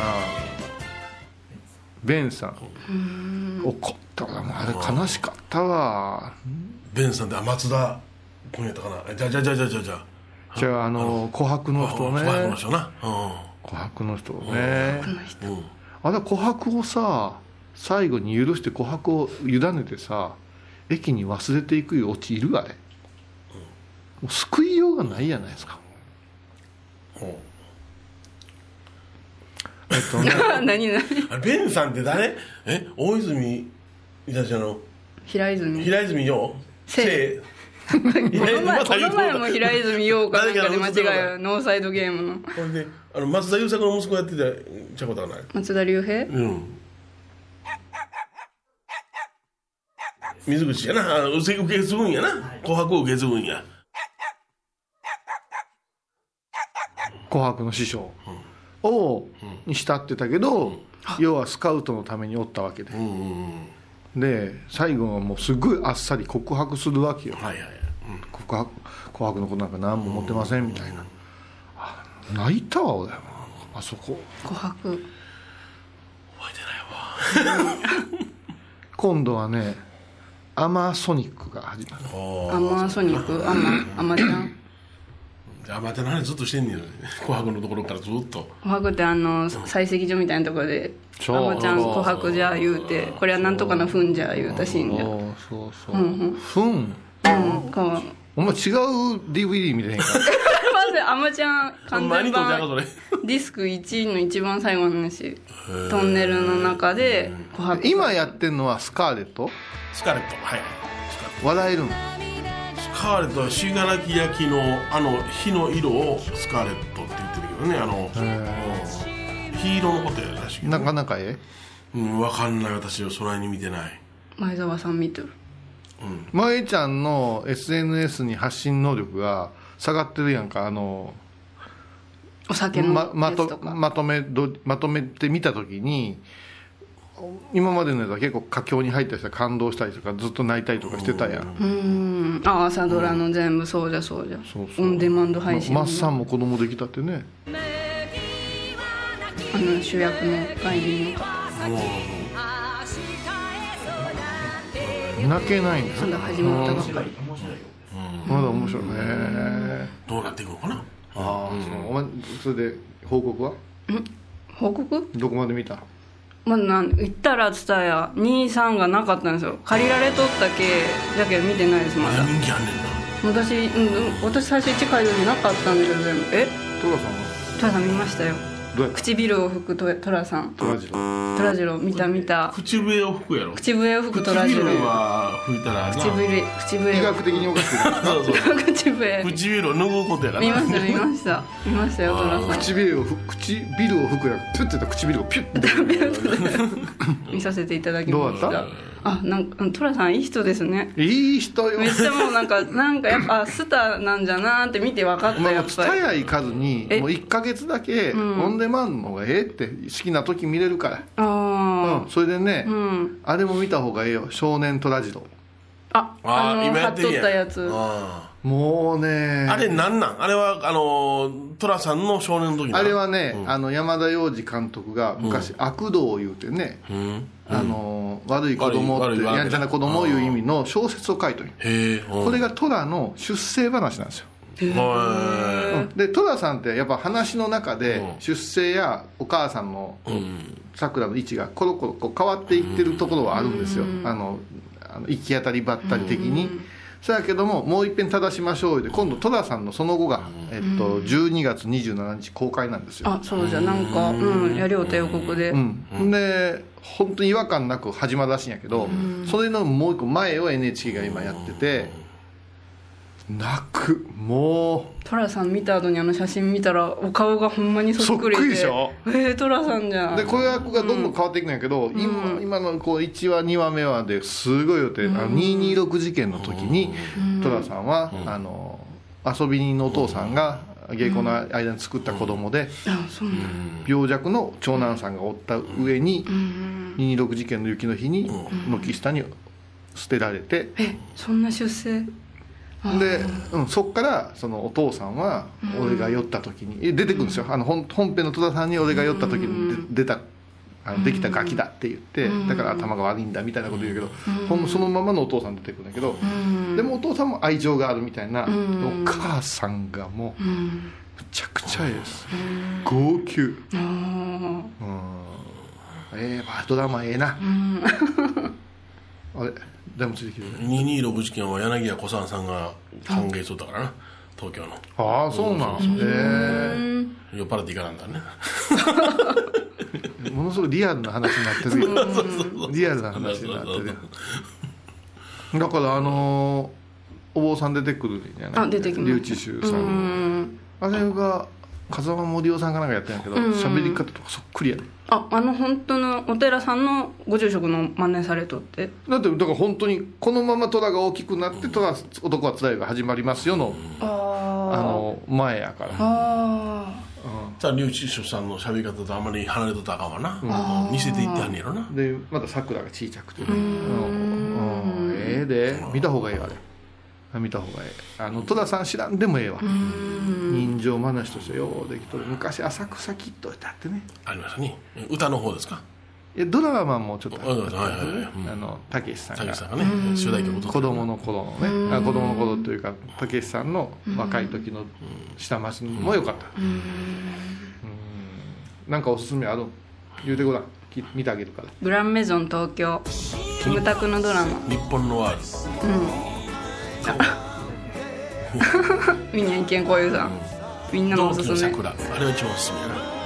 S4: ベンさん怒ったわ。もうあれ悲しかったわ。
S3: ベンさんって松田君やったかな。じゃじゃじゃじゃじゃじゃ
S4: じゃああの琥珀の人ね。
S3: 琥珀の人な。
S4: 琥珀の人ね。
S3: うん
S4: あれ琥珀をさ最後に許して琥珀を委ねてさ駅に忘れていくよオチいるあれ。 う救いようがないじゃないですか。えっとね
S2: 何何
S3: あれベンさんって誰？え大泉いたじゃの
S2: 平泉
S3: 平泉洋
S2: せい
S3: こ
S2: この前この前も平泉洋かなんかで間違いノーサイドゲームの
S3: これであの松田優作の息子やってたちゃことはない。
S2: 松田龍平
S3: うん水口やな受け継ぐんやな琥珀を受け継ぐんや。
S4: 琥珀の師匠をに慕ってたけど、要はスカウトのためにおったわけで、
S3: うんうんうん、
S4: で最後はもうすごいあっさり告白するわけよ。
S3: はいはい、うん、
S4: 告白琥珀のことなんか何も持ってませんみたいな、あ泣いたわ俺あそこ。
S2: 琥珀
S3: 覚えてないわ
S4: 今度はねアマソニックが始まる。
S2: アマソニックアマアマちゃん
S3: あまた何ずっとしてんねん琥珀のところからずっと。
S2: 琥珀ってあの採石場みたいなところで
S4: そう
S2: アマちゃん琥珀じゃ言うてこれはなんとかの糞じゃ言うたシーンじゃ
S4: そうそうそう、
S2: うんうん
S4: ふん
S2: うんかわ
S4: お前違う ディーブイディー 見てへんか
S2: まずアマちゃん完全
S3: 何とじゃが
S2: 版
S3: それ
S2: ディスクいちいの一番最後の話トンネルの中で琥珀
S4: 今やってんのはスカーレット
S3: スカーレットはい
S4: 笑えるの
S3: スカーレットは信楽焼のあの火の色をスカーレットって言ってるけどねあの、うん、火色のことやらしいけど
S4: なかなかええ
S3: うん分かんない私はそないに見てない
S2: 前澤さん見てる
S4: 萌ちゃんの エスエヌエス に発信能力が下がってるやんか。あの
S2: お酒の
S4: ままと
S2: やつとか、
S4: まとめどまとめてみた時に今までのやつは結構佳境に入ったりしたら感動したりとかずっと泣いたりとかしてたやん。
S2: うーんあ朝ドラの全部そうじゃそうじゃ、
S4: そうそう
S2: オンデマンド配信の
S4: マッサンも子供できたってね。
S2: あの主役の外人の
S4: 泣けないんだ
S2: まだ始まったばっかり
S4: まだ面白いね。
S3: どうなっていくのかな。
S4: ああ、そうお前それで報告は
S2: 報告
S4: どこまで見た？
S2: まあ、なん言ったらツタヤにさんがなかったんですよ。借りられとったけじゃけど見てないですまだ。
S3: 人気あんねんな。
S2: 私、うん、私最初いち回のになかったんですよ全部。え
S4: トラさんは
S2: トラさん見ましたよ。
S4: どうやった？
S2: 唇を吹くトトラさん。
S4: トラジロ
S2: トラジロ見た見た。
S3: 口笛を吹くやろ。
S2: 口笛を吹くトラジロ。
S3: 唇は吹いたらな
S2: 口笛口笛。
S4: 医学的におかしくない。
S3: そうそう
S2: 口笛。
S3: 唇を拭うことやから
S2: 見ました見ました見ましたよトラさん。
S4: 唇をふ唇を吹くやピュッて言ったら唇をピュッて
S2: 見させていただきました。
S4: どうだっ
S2: あなんかトラさんいい人ですね。
S4: いい人よ。
S2: めっちゃもうなんかなんかやっぱスターなんじゃなーって見て分かった
S4: お前
S2: やっぱり。
S4: もツタヤ行かずに
S2: え
S4: もういっかげつだけオンデマンドの方がええって好きな時見れるから、
S2: あ
S4: うん、それでね、
S2: うん
S4: あれも見た方がええよ少年トラジロ。
S2: ああの
S3: 今や
S2: 貼ってと
S3: っんや
S2: ったやつ。
S3: あ
S4: もうね
S3: あれなんなんあれはあの寅さんの少年の時の
S4: あれはね、うん、あの山田洋次監督が昔、うん、悪道を言うてね、うん、あの悪い子供ってやんちゃな子供をいう意味の小説を書いとる。
S3: へえ。
S4: これが寅の出生話なんですよ。
S3: へえ。
S4: で寅さんってやっぱ話の中で出生やお母さんのさくらの位置がコロコロこう変わっていってるところはあるんですよ。あのあの行き当たりばったり的に。そうやけどももう一遍正しましょうで今度寅さんのその後が、えっと、じゅうにがつにじゅうしちにち公開なんですよ。
S2: あそうじゃなんかうんやりょうた予告で、
S4: うん、で本当に違和感なく始まるらしいんやけど、それのもう一個前を エヌエイチケー が今やってて泣く。もう
S2: 寅さん見た後にあの写真見たらお顔がほんまにそっくりで
S4: そっくりでしょ。
S2: えー、寅さんじゃん。
S4: で子役がどんどん変わっていくんやけど、うん、今, 今のこういちわにわめはですごいよって、うん、あのにひゃくにじゅうろく事件の時に寅さんは、うん、あの遊び人のお父さんが芸妓の間に作った子供で、うん、病弱の長男さんがおった上に、うん、にひゃくにじゅうろく事件の雪の日に軒下に捨てられて、
S2: えそんな出世
S4: で、うん、そっからそのお父さんは俺が酔った時に、うん、出てくるんですよ。あの 本, 本編の戸田さんに俺が酔った時に出たあのできたガキだって言って、うん、だから頭が悪いんだみたいなこと言うけど、うん、ほんのそのままのお父さん出てくるんだけど、うん、でもお父さんも愛情があるみたいな、うん、お母さんがもう、うん、むちゃくちゃええです、うん、号泣、うん、ええー、ドラマええな、うん、あれでもついてきてる
S3: にひゃくにじゅうろく事件は柳家小さんさんが歓迎しとったからな、 東京の。
S4: ああそうなん。へえ。
S3: 酔っ払っていかなんだね。
S4: ものすごいリアルな話になってるけどリアルな話になってるだからあのー、お坊さん出てくるじゃない。
S2: あ出てきます。
S4: 笠智衆さん。あれが風間森夫さんかなんかやってるんやけど喋り方とかそっくりやね。
S2: ああの本当のお寺さんのご住職の真似されとって。
S4: だってだから本当にこのまま虎が大きくなって虎男はつらいが始まりますよのあの前やから。
S2: あ
S3: じゃあ笠智衆さんの喋り方とあんまり離れとったらあかんわな。似せていってはんねやろな。
S4: でまた桜が小さくてね。ええで見た方がいいあれ。見た方がいい。あの戸田さん知らんでもええわ。人情話としてようできとる。昔浅草キッドってあってね。
S3: ありましたね。歌の方ですか。
S4: いやドラマもちょっとあった
S3: はいはいはい。
S4: あのたけしさんが
S3: たけしさんがね主題曲を
S4: 子供の頃のね、あ子供の頃というかたけしさんの若い時の下町も良かった。うんなんかおすすめある言うてごらん見てあげるから。
S2: グランメゾン東京キムタクのドラマ
S3: 日本のワール
S2: うんみんな意見こういうさ、みんなのおすすめ。
S3: 桜あれが一番おすすめや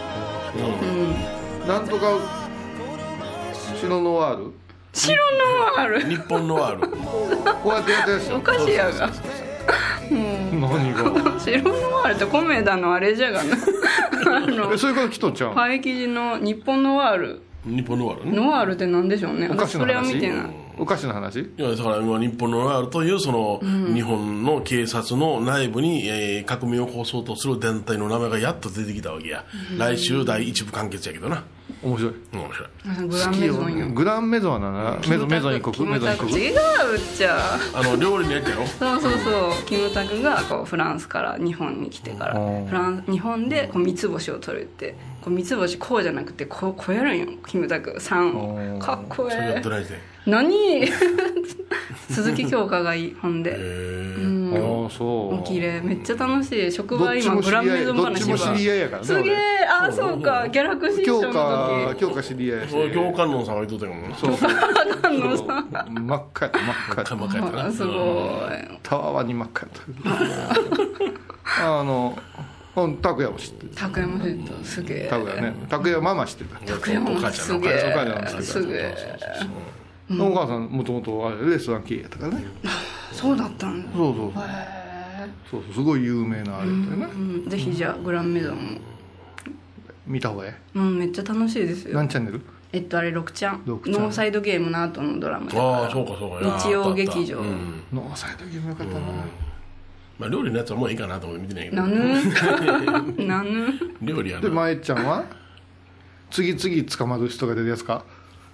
S4: な。なんとか白ノワール
S2: 白ノワール
S3: 日本のワール
S4: こうやってやったやつよ。
S2: おかしいやが
S4: 何が
S2: 白ノワールってコメダのあれじゃがなあの
S4: そういうこと来とんちゃう。
S2: パイ生地の日本ノワール。
S3: 日本のワールね。
S2: ノワールって何でしょうね。
S4: お菓子の話。
S2: それは見てない。
S4: お菓子の話。
S3: いやだから今日本のワールというその、うん、日本の警察の内部に、えー、革命を起こそうとする団体の名前がやっと出てきたわけや、うん、来週第一部完結やけどな。
S4: 面白い
S3: 面白
S2: い。グランメゾンよ。
S4: グランメゾンはなメゾンメゾン一国メゾン一国
S2: 違うっちゃ
S3: あの料理のやつやろ。
S2: そうそうそうキムタクがこうフランスから日本に来てからフラン日本でこう三つ星を取るってこう三つ星こうじゃなくてこうこうやるんよキムタクさんかっこええ。
S3: それやってないで
S2: 何鈴木京香がいいほんで。
S3: へえ、
S2: うん、
S4: ああそう。
S2: お綺麗めっちゃ楽しい。職場今グランメゾン話が。
S4: どっちも知り合いやからね。
S2: すげえあそうかギャラクシー賞の時。
S4: 京香知り合いやし。
S3: 京観音さんが言っとったかもな。
S4: そう
S2: 観音さん
S4: 真っ赤やった真っ赤やった
S3: 真っ赤やったな。
S2: すごい
S4: たわわに真っ赤やったあの拓也も知ってる。
S2: 拓也も知ってる。すげえ
S4: 拓也ね拓也ママ知ってた。
S2: 拓也もすげえすげえ。
S4: お母さんもともとレストラン経営やったからね。
S2: そうだったんだ。
S4: そうそうそうそうそうすごい有名なあれだよね。
S2: ぜひじゃあグランメゾンも
S4: 見た方がいい。
S2: うんめっちゃ楽しいですよ。
S4: 何チャンネル？
S2: えっとあれろくちゃんノーサイドゲームの後のドラマだから。
S3: ああそうかそうか。
S2: 日曜劇場
S4: ノーサイドゲームよかったな。
S3: まあ料理のやつはもういいかなと思って見てないけど。
S2: なぬなぬ
S3: 料理やな。
S4: でまえちゃんは次々捕まる人が出るやつか。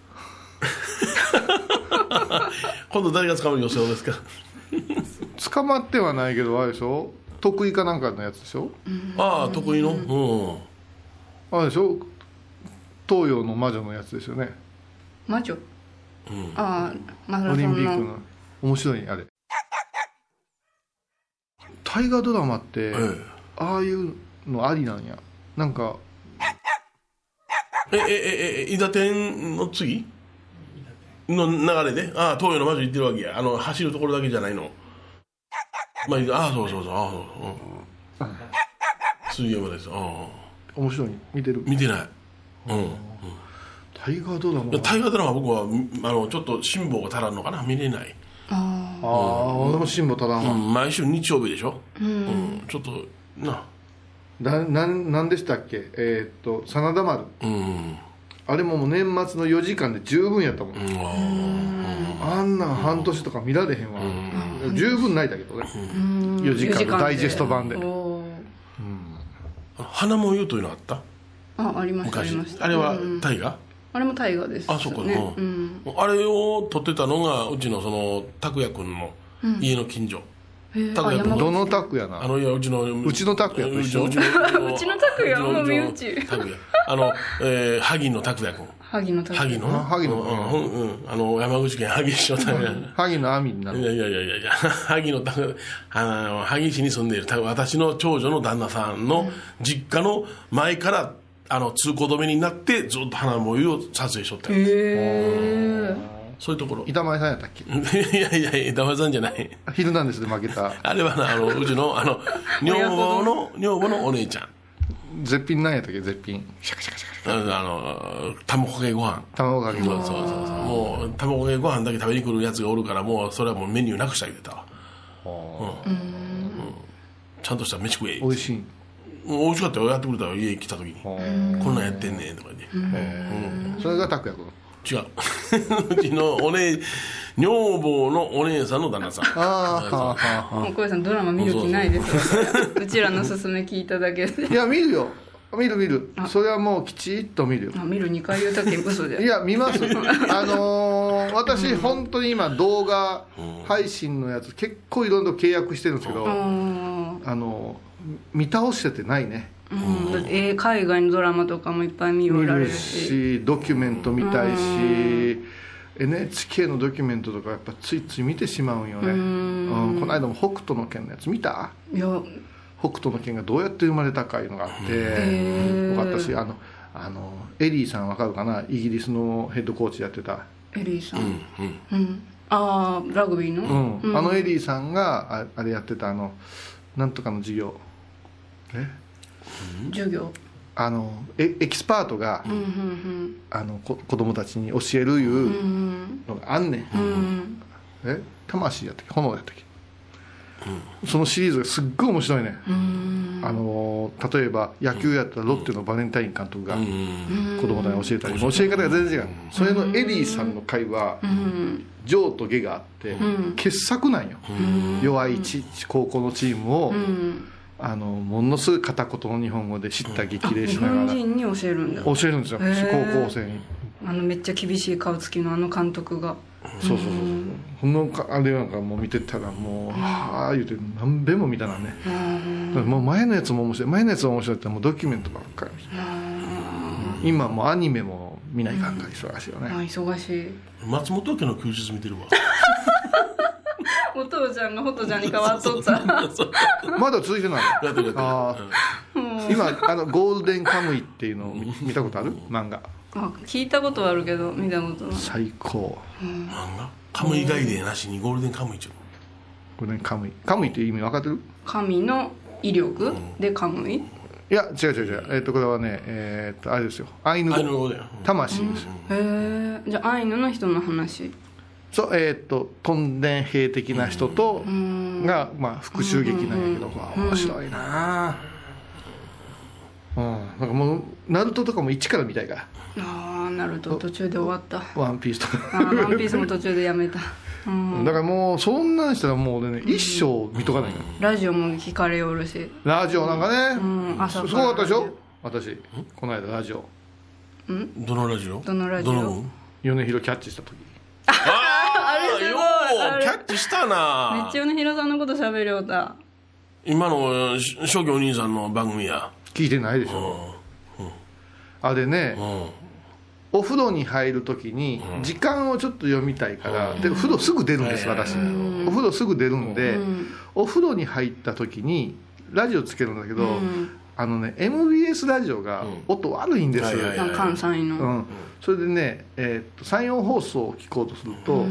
S3: 今度誰が捕まる予想ですか。
S4: 捕まってはないけどあれでしょ得意かなんかのやつでしょ。
S3: ああ得意のうん
S4: あれでしょ東洋の魔女のやつですよね。
S2: 魔女、うん、ああマラ
S4: オリ
S2: ソンの
S4: ンピックの面白いあれ大河ドラマって、ええ、ああいうのありなんや。なんか
S3: ええええ伊達天の次の流れでああ東洋の魔女行ってるわけや。あの走るところだけじゃないの。まあああそうそうそうああそう、うん、杉山です。ああ
S4: 面白い見てる。
S3: 見てない。うん、うん、
S4: 大河ドラマ
S3: 大河ドラマ僕はあのちょっと辛抱が足らんのかな見れない。
S2: あ
S4: あ俺も辛抱足らんわ、
S3: うん、毎週日曜日でしょ、
S2: うんうん、
S3: ちょっとな
S4: なななんでしたっけえー、っと真田丸、
S3: うん、
S4: あれももう年末のよじかんで十分やったもん、うん、あんなん半年とか見られへんわ、うん、十分ないだけどね、うん、よじかんのダイジェスト版で、うん、
S3: 花もゆうというのあった。
S2: あありましたありました
S3: あれは大河、
S2: あれも大河です、
S3: ね、あそうか、
S2: ね、うん、
S3: あれを撮ってたのがうちのその拓也君の家の近所、
S2: うん、
S4: 拓也君どの拓也な
S3: あのいやうちの
S4: うちの拓也と一緒
S2: うちの拓也もう身内
S3: 拓也あの、えー、萩野拓也君
S2: 萩野拓也
S3: 萩野な
S4: 萩野、
S3: うんうんうん、あの山口県萩市の拓也
S4: 萩野亜美になる。
S3: いやいやいやいや萩野拓也あの萩市に住んでいる私の長女の旦那さんの実家の前からあの通行止めになってずっと花もゆを撮影しとったんです。
S2: へえ
S3: そういうところ。
S4: 板前さんやったっけ？
S3: いやいやいや、板前さんじゃない。
S4: ヒルナンデスで負けた。
S3: あれはな、あのうちのあの女房の女房のお姉ちゃん。
S4: 絶品なんやったっけ？絶品シャカシャカシャカシャカ、
S3: あの卵かけご飯。
S4: 卵かけご飯。
S3: そうそうそうそう。もう卵かけご飯だけ食べに来るやつがおるから、もうそれはもうメニューなくしてあげてたわ。うん、うん、ちゃんとした飯食え。
S4: 美味しい。
S3: 美味しかったよ、やってくれたよ、家来た時に。こんなんやってんねんとか言って。
S4: うん、それが拓也君？
S3: 違う。うちのお姉、女房のお姉さんの旦那さん。
S4: ああ、
S2: もう小江さんドラマ見る気ないですよ。うちらの勧め聞いただけで。
S4: いや見るよ、見る見る。それはもうきちっと見るよ。
S2: あ、見るにかい言うたけん嘘で。
S4: いや見ます。あのー、私本当に今動画配信のやつ結構いろんな契約してるんですけど、あの見倒しててないね。
S2: うん、だって、えー、海外のドラマとかもいっぱい見られるし、
S4: 見るしドキュメント見たいし、エヌエイチケー のドキュメントとかやっぱついつい見てしまうんよね。うん、この間も北斗の拳のやつ見た？
S2: いや、
S4: 北斗の拳がどうやって生まれたかいうのがあってよかったし、あのあのエリーさんわかるかな、イギリスのヘッドコーチやってた
S2: エリーさん、うんうん、ああラグビーの、
S4: うんうん、あのエリーさんが あ, あれやってたあのなんとかの授業え
S2: 授業
S4: あの エ, エキスパートが、うんうんうん、あのこ子供たちに教えるいうのがあんねん、うんうん、え魂やったっけ炎やったっけ、うん、そのシリーズがすっごい面白いね、うん、あの例えば野球やったらロッテのバレンタイン監督が子供たちに教えたり、うん、教え方が全然違う、うん、それのエリーさんの会は、うん、ジョーとゲがあって、うん、傑作なんよ、うん、弱いち高校のチームを、うんあのものすごい片言の日本語で知った激励しながら
S2: 日本人に教えるんだ。
S4: 教えるんですよ、高校生に。
S2: あのめっちゃ厳しい顔つきのあの監督が。
S4: そうそうそうそう。このあれなんかもう見てたらもうはあ言うて何べんも見たらね。もう前のやつも面白い、前のやつも面白いってもうドキュメントばっかり。今もうアニメも見ないかんから忙しいよね。
S2: あ、忙しい。
S3: 松本家の休日見てるわ。
S2: お父ちゃんがホトちゃんに変わっとった。
S4: まだ続いてない。あ今あのゴールデンカムイっていうのを 見, 見たことある漫画。
S2: あ、聞いたことはあるけど見たことない。
S4: 最高、
S3: うん、漫画カムイ外伝なしにゴールデンカムイちゃう。
S4: ゴールデンカムイカムイって意味分かってる？
S2: 神の威力でカムイ、
S4: いや違う違う違う、えー、とこれはね、えー、とあれですよ、アイヌ語、魂ですよ、
S2: うん、へえ。じゃあアイヌの人の話。
S4: そう、えー、とトンデン兵的な人とが、まあ、復讐劇なんやけど、うん、面白いな、うん、なんかもうナルトとかも一から見たいから。
S2: ああ、ナルト途中で終わった。
S4: ワンピースとか
S2: あワンピースも途中でやめた、うん、
S4: だからもうそんなんしたらもうね、一生見とかないから、
S2: うん、ラジオも聞かれよるし、
S4: ラジオなんかね、うん、朝からすごかったでしょ。私この間ラジオ
S3: んどのラジオ
S2: どのラジオ
S4: 米広キャッチした時
S3: ああれすごいキャッチしたな。
S2: めっちゃ米広さんのこと喋りよった。
S3: 今の諸行お兄さんの番組や
S4: 聞いてないでしょ、うんうん、あれね、うん、お風呂に入る時に時間をちょっと読みたいから、うん、で風呂すぐ出るんです、うん、私、うん、お風呂すぐ出るんで、うん、お風呂に入った時にラジオつけるんだけど、うん、あのね エムビーエス ラジオが音悪いんですよ、
S2: 関西の、うん、
S4: それでね、えー、と山陽放送を聞こうとすると、うん、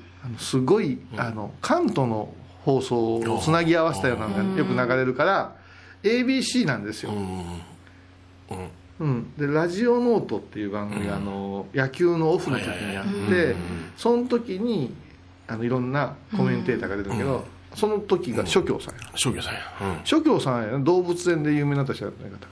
S4: あのすごいあの関東の放送をつなぎ合わせたようなのがよく流れるから、エービーシー なんですよ、うんうん、でラジオノートっていう番組が、うん、あの野球のオフの時にやって、うん、その時にあのいろんなコメンテーターが出るんだけど、うん、その時が諸教さんや、
S3: 諸教さんや、
S4: うん、諸教さんや動物園で有名なった人やったから。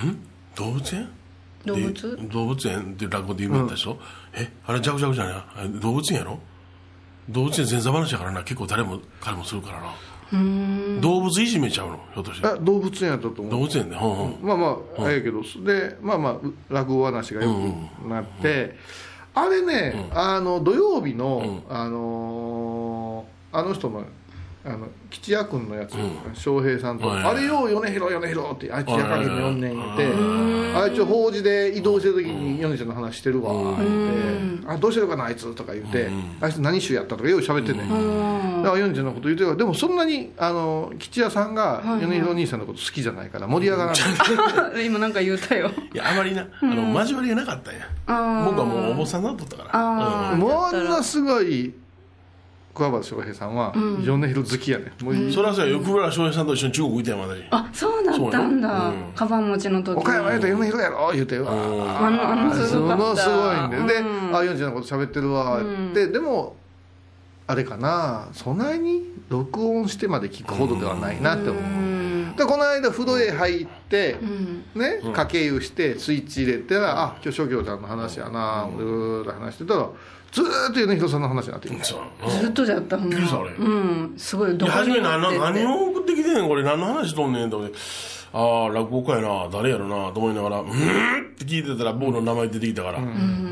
S3: ん動物園
S2: 動物
S3: 動物園って落語で有名だったでしょ、うん、えあれジャクジャクじゃない動物園やろ。動物園前座話やからな、結構誰も彼もするからな。うーん動物いじめちゃうのひょっとして。
S4: あ動物園やったと思う。
S3: 動物園ね、ほんほん、
S4: まあまああれやけど、でまあまあ落語話がよくなって、うんうん、あれね、うん、あの土曜日の、うん、あのー、あの人のあの吉弥君のやつ、
S3: うん
S4: 翔平さんと、
S3: はいはい
S4: あれよ米広米広ってあいつ夜影のよんねん言って、
S3: はい
S4: あいつ法事で移動してる時に米ちゃんの話してるわ言って、あどうしてるかなあいつとか言って、
S3: うん
S4: あいつ何種やったとかよう喋ってんねん、だから米ちゃんのこと言ってるから、でもそんなにあの吉弥さんが米広兄さんのこと好きじゃないから盛り上がらない、
S2: 今なんか言うたよ。
S3: いやあまりなあの交わりがなかったんや、僕はもうお坊さんだとったから
S2: あー
S4: ものすごい桑原翔平さんは米広好きやね、もう
S3: うんそれはそうやよ、桑原翔平さんと一緒に中国行ったよ私。
S2: あ、そうだったんだ。
S3: うん
S2: カバン持ちの時に。
S4: 岡山やったら米広やろ言うてわ
S3: うん
S2: あのあのすごかった
S4: ものすごいんで、で
S2: うん
S4: あ米ちゃんのこと喋ってるわって、でもあれかな、そんなに録音してまで聞くほどではないなって思う、でこの間風呂へ入って、ね、掛け湯してスイッチ入れたら、あ今日諸行ちゃんの話やな、うーって話してたらずーっと米広さんの話になってる、
S3: そう
S2: ずっとじゃったほんま。
S3: びっくりした俺
S2: うん、すごいど
S3: いや
S2: こに
S3: 初め何
S2: 持ってって
S3: 何を送ってきてんねんこれ、何の話しとんねんと思って、ああ落語家やな誰やろなと思いながら、うーんって聞いてたら僕の名前出てきたから、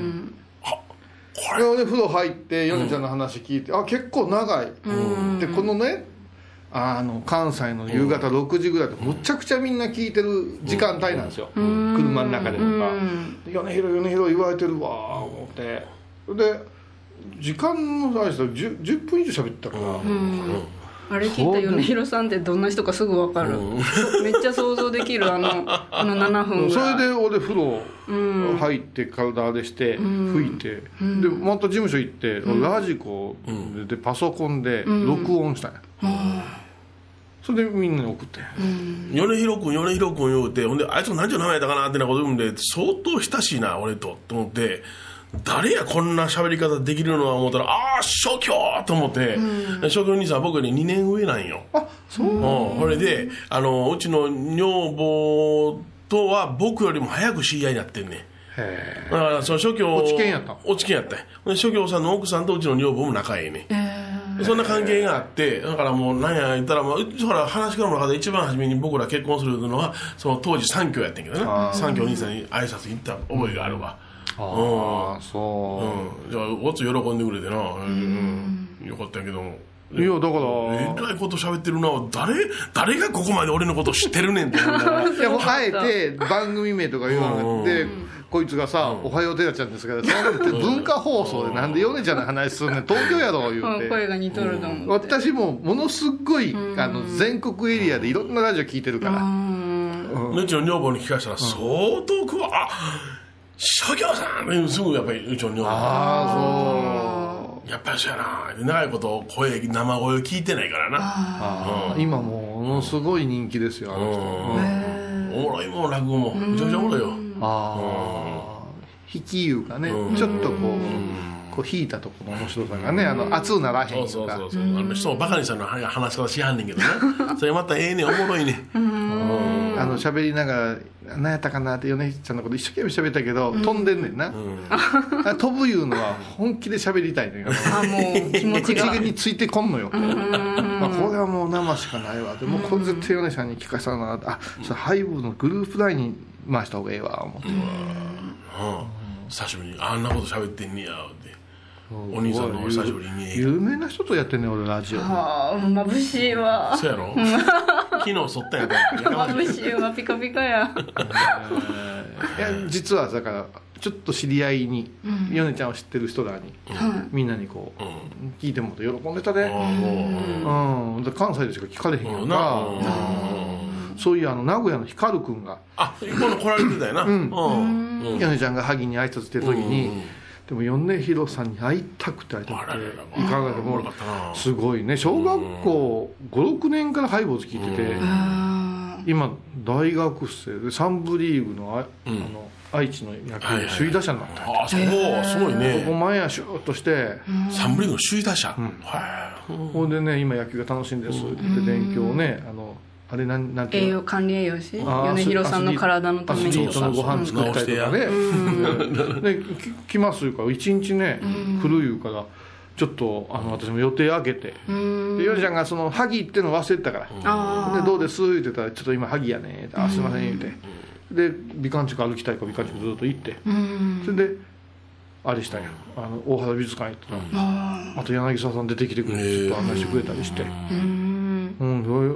S4: で俺風呂入って米ちゃんの話聞いて、あ結構長い、でこのねあの関西の夕方ろくじぐらいでむちゃくちゃみんな聞いてる時間帯なんですよ、車の中でとか、で米広米広言われてるわ思って、で時間のあれしたら 10, じゅっぷん以上喋ってたから、
S2: あれ聞いた米広さんってどんな人かすぐ分かる、そめっちゃ想像できるあのあのななふんぐ
S4: そ
S2: らい。
S4: れで俺風呂入って体あれして拭いて、でまた事務所行ってラジコでパソコンで録音したんや、それでみんなに送って、
S3: 米広君米広君言うて、ほんであいつ何ちゅう名前やったかなってなこと言うんで、相当親しいな俺とと思って、誰やこんな喋り方できるのは思ったら、ああ諸教と思って、諸教兄さんは僕よりにねん上なんよ。
S4: あそう
S3: うん、それであのうちの女房とは僕よりも早く知り合いになってんねん。
S4: へ
S3: だからその諸教
S4: 落研やったん
S3: 落研やったんや。で諸教さんの奥さんとうちの女房も仲いいね、でそんな関係があって、だからもう何や言ったら、まあ、うちほら話し家の中で一番初めに僕ら結婚するのはその当時三教やったんやけどな、三教お兄さんに挨拶行った覚えがあるわ。
S4: ああそ
S3: うん、じゃあごっつ喜んでくれてな、うんうん、よかったんやけども、
S4: ういやだから
S3: えらいこと喋ってるな、誰誰がここまで俺のこと知ってるねんって思いながら
S4: いやもうあえて番組名とか言わなくて、こいつがさ「おはよう寺ちゃんですから」その文化放送でなんで米ちゃんの話すんねん東京やろ言うて、
S2: 声が似とると思って。
S4: 私もものすごいあの全国エリアでいろんなラジオ聞いてるから、
S3: うちの女房に聞かしたら相当くわ、あ諸行さんすぐやっぱりうちの女房、
S4: ああ
S3: やっぱりそうやな、長いこと声生声を聞いてないからな、
S4: あー今もものすごい人気ですよあの人、
S3: うんおもろいもん落語もめちゃくちゃおもろいよ。
S4: ああ引きいうかね、
S3: うん
S4: ちょっとこうこう引いたところの面白さがね、あの熱ならへんいうか、
S3: そうそうそうそう、あの人をバカにしたの話し方しはんねんけどなそれまたええねん、おもろいねん。
S4: あの喋りながら何やったかなって米ちゃんのこと一生懸命喋ったけど、飛んでんねんな、あ飛ぶいうのは本気で喋りたいのよ
S2: あ、もう気持ち
S4: 口
S2: が。
S4: についてこんのよ、まあ、これはもう生しかないわでもうこれ絶対米ちゃんに聞かせたな、あそれハイブのグループラインに回した方がええわ思って、
S3: うん久しぶりにあんなこと喋ってんねやってお兄さんの久しぶりに
S4: 有名な人とやってんねん俺ラジオ、
S2: ああ、眩しいわ。
S3: そうやろ昨日そったやんか
S2: 眩しいわ、ピカピカや。
S4: いや実はだからちょっと知り合いに、米ちゃんを知ってる人らに、みんなにこう、聞いてもらって喜んでたで、うん、で関西でしか聞かれへんやんか、そういうあの名古屋の光くんが
S3: あ今度来られてたよな、うんうん
S4: 米ちゃんが萩に挨拶してる時に、でも米広さんに会いたくて会いたくていかがでもすごいね、小学校ごろくねんからハイボーズ聞いてて、今大学生でさん部リーグの あ,、あの愛知の野球で首位打者になった、
S3: ああそうすごいね、
S4: ここ前やシューッとして
S3: サンブリーグの首位打者、
S4: ほんでね今野球が楽しいんですって言って勉強をね、あのあれなんなんていうの
S2: 栄養管理栄養士、
S4: あー
S2: 米広さんの体のため
S4: アスリ
S2: に
S4: ートのご飯作ったりとかね、でき来ますいうから一日ね来るいうからちょっとあの私も予定開けて、でヨネちゃんがその萩っての忘れてたから「でどうです?」言ってたら「ちょっと今萩やね」あすいません」言うて、で美観地区歩きたいから美観地区ずっと行って、それであれしたんや、あの大原美術館行ってた、あと柳沢さん出てきてくれてちょっと案内してくれたりして。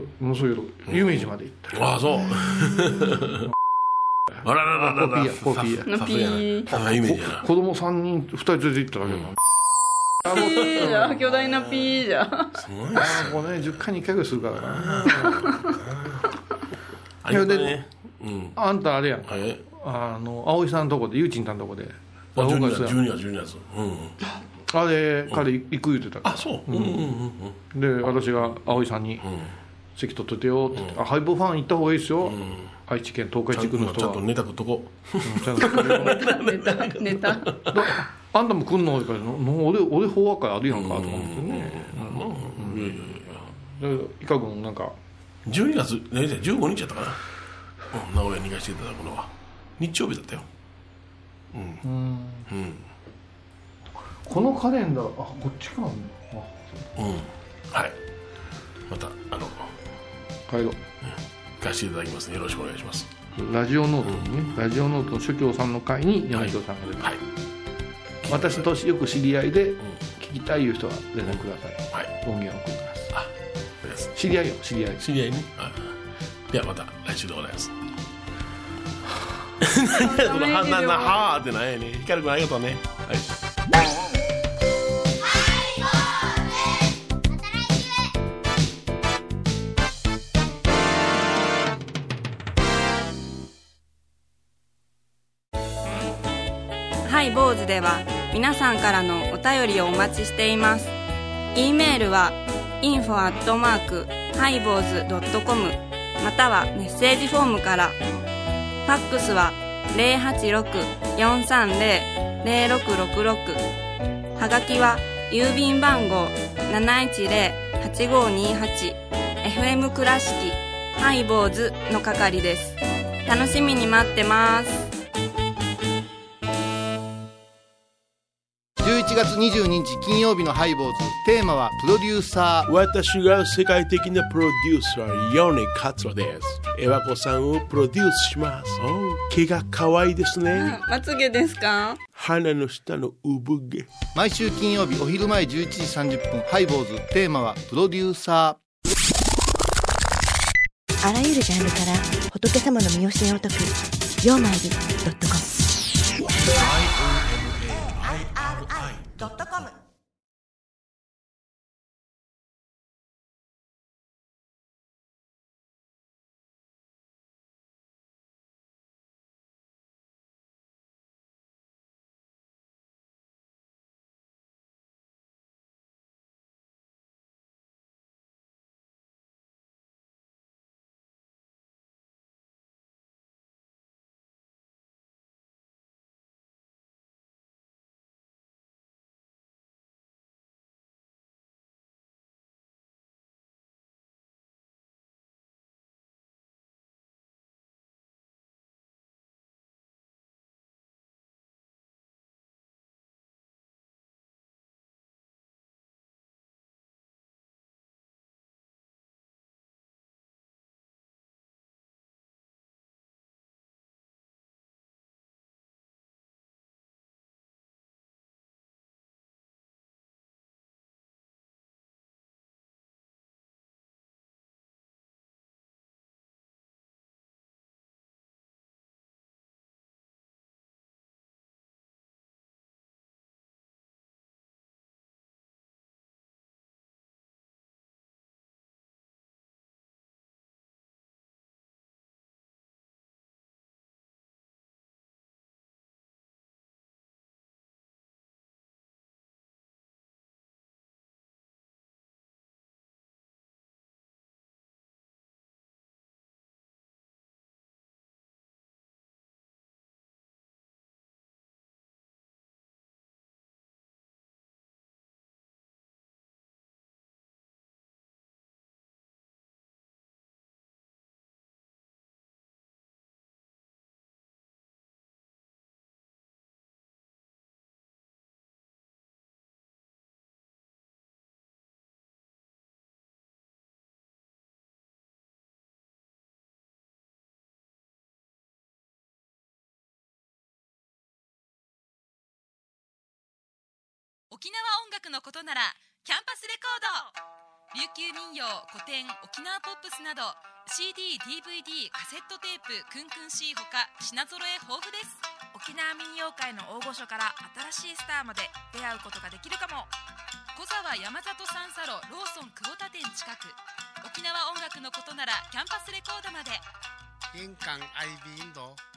S4: ものすごい有名人まで行った、
S3: うん、ああそうあららららら
S4: コピーやコピーや
S2: のピー
S3: あイメージやな
S4: 子供さんにんふたり連れて行っただけだな、
S2: ピーじゃ巨大なピーじゃ
S3: すごい
S4: ああもうねじゅっかいにいっかいぐらいするからな
S3: ありがとうね、うん、
S4: あんたあれやん、
S3: はい、
S4: あの葵さんのとこでゆうちんたんとこで
S3: あじゅうにがつじゅうにがつじゅうにがつ、うん、
S4: あれ彼行く言ってたから、
S3: あそう、うんうんうんうん、
S4: で私が葵さんに、うん、席取っといてよって言って、うん、あハイボーファン行った方がいいですよ、うん、愛知県東海地区の人は
S3: ちゃんとネタ食っとこう、うん、ちゃんと
S2: ネタネタ
S4: あんたも来んのから俺俺法話会あるやんかと思ってね、
S3: いやいやいや
S4: イカ君なんか
S3: じゅうにがつじゅうごにちやったかな、うん、名古屋に行かせていただくのは日曜日だったよ、うん、うん、
S4: このカレンダーあこっちかな、うん
S3: はいまたあの
S4: 帰ろう、うん、
S3: 行かせていただきますね、よろしくお願いします。
S4: ラジオノートにね、うん、ラジオノートの諸教さんの会に米広さんが出て、はいはい、私とよく知り合いで聞きたいいう人は連絡ください、はい、音源を送ります。あ知り合いよ知り合い
S3: 知り合いね。ではまた来週でございます。何やそのはななはーってなんやね。ひかるくんありがとうね。はい。
S2: ハイボーズでは皆さんからのお便りをお待ちしています。 E メールは インフォ アットマーク ハイボーズ ドットコム またはメッセージフォームから。ファックスは ゼロはちろく よんさんゼロ ゼロろくろくろく はがきは郵便番号 なないちゼロ はちごにはち エフエム 倉敷ハイボーズの係です。楽しみに待ってます。
S7: じゅういちがつにじゅうににち金曜日のハイボーズ、テーマはプロデューサー。
S3: 私が世界的なプロデューサー米桂です。エワコさんをプロデュースします。毛が可愛いですね。
S2: まつげですか？
S3: 鼻の下の産毛。
S7: 毎週金曜日お昼前じゅういちじさんじゅっぷん、ハイボーズ、テーマはプロデューサ
S8: ー。あらゆるジャンルから仏様の身教えを説くようまいり .com .com
S9: 沖縄音楽のことならキャンパスレコード。 琉球民謡、古典、沖縄ポップスなど シーディー、ディーブイディー、カセットテープ、クンクン C ほか品揃え豊富です。
S10: 沖縄民謡界の大御所から新しいスターまで出会うことができるかも。
S9: 小沢山里三佐路ローソン久保田店近く。沖縄音楽のことならキャンパスレコードまで。
S11: 印港 I B 印度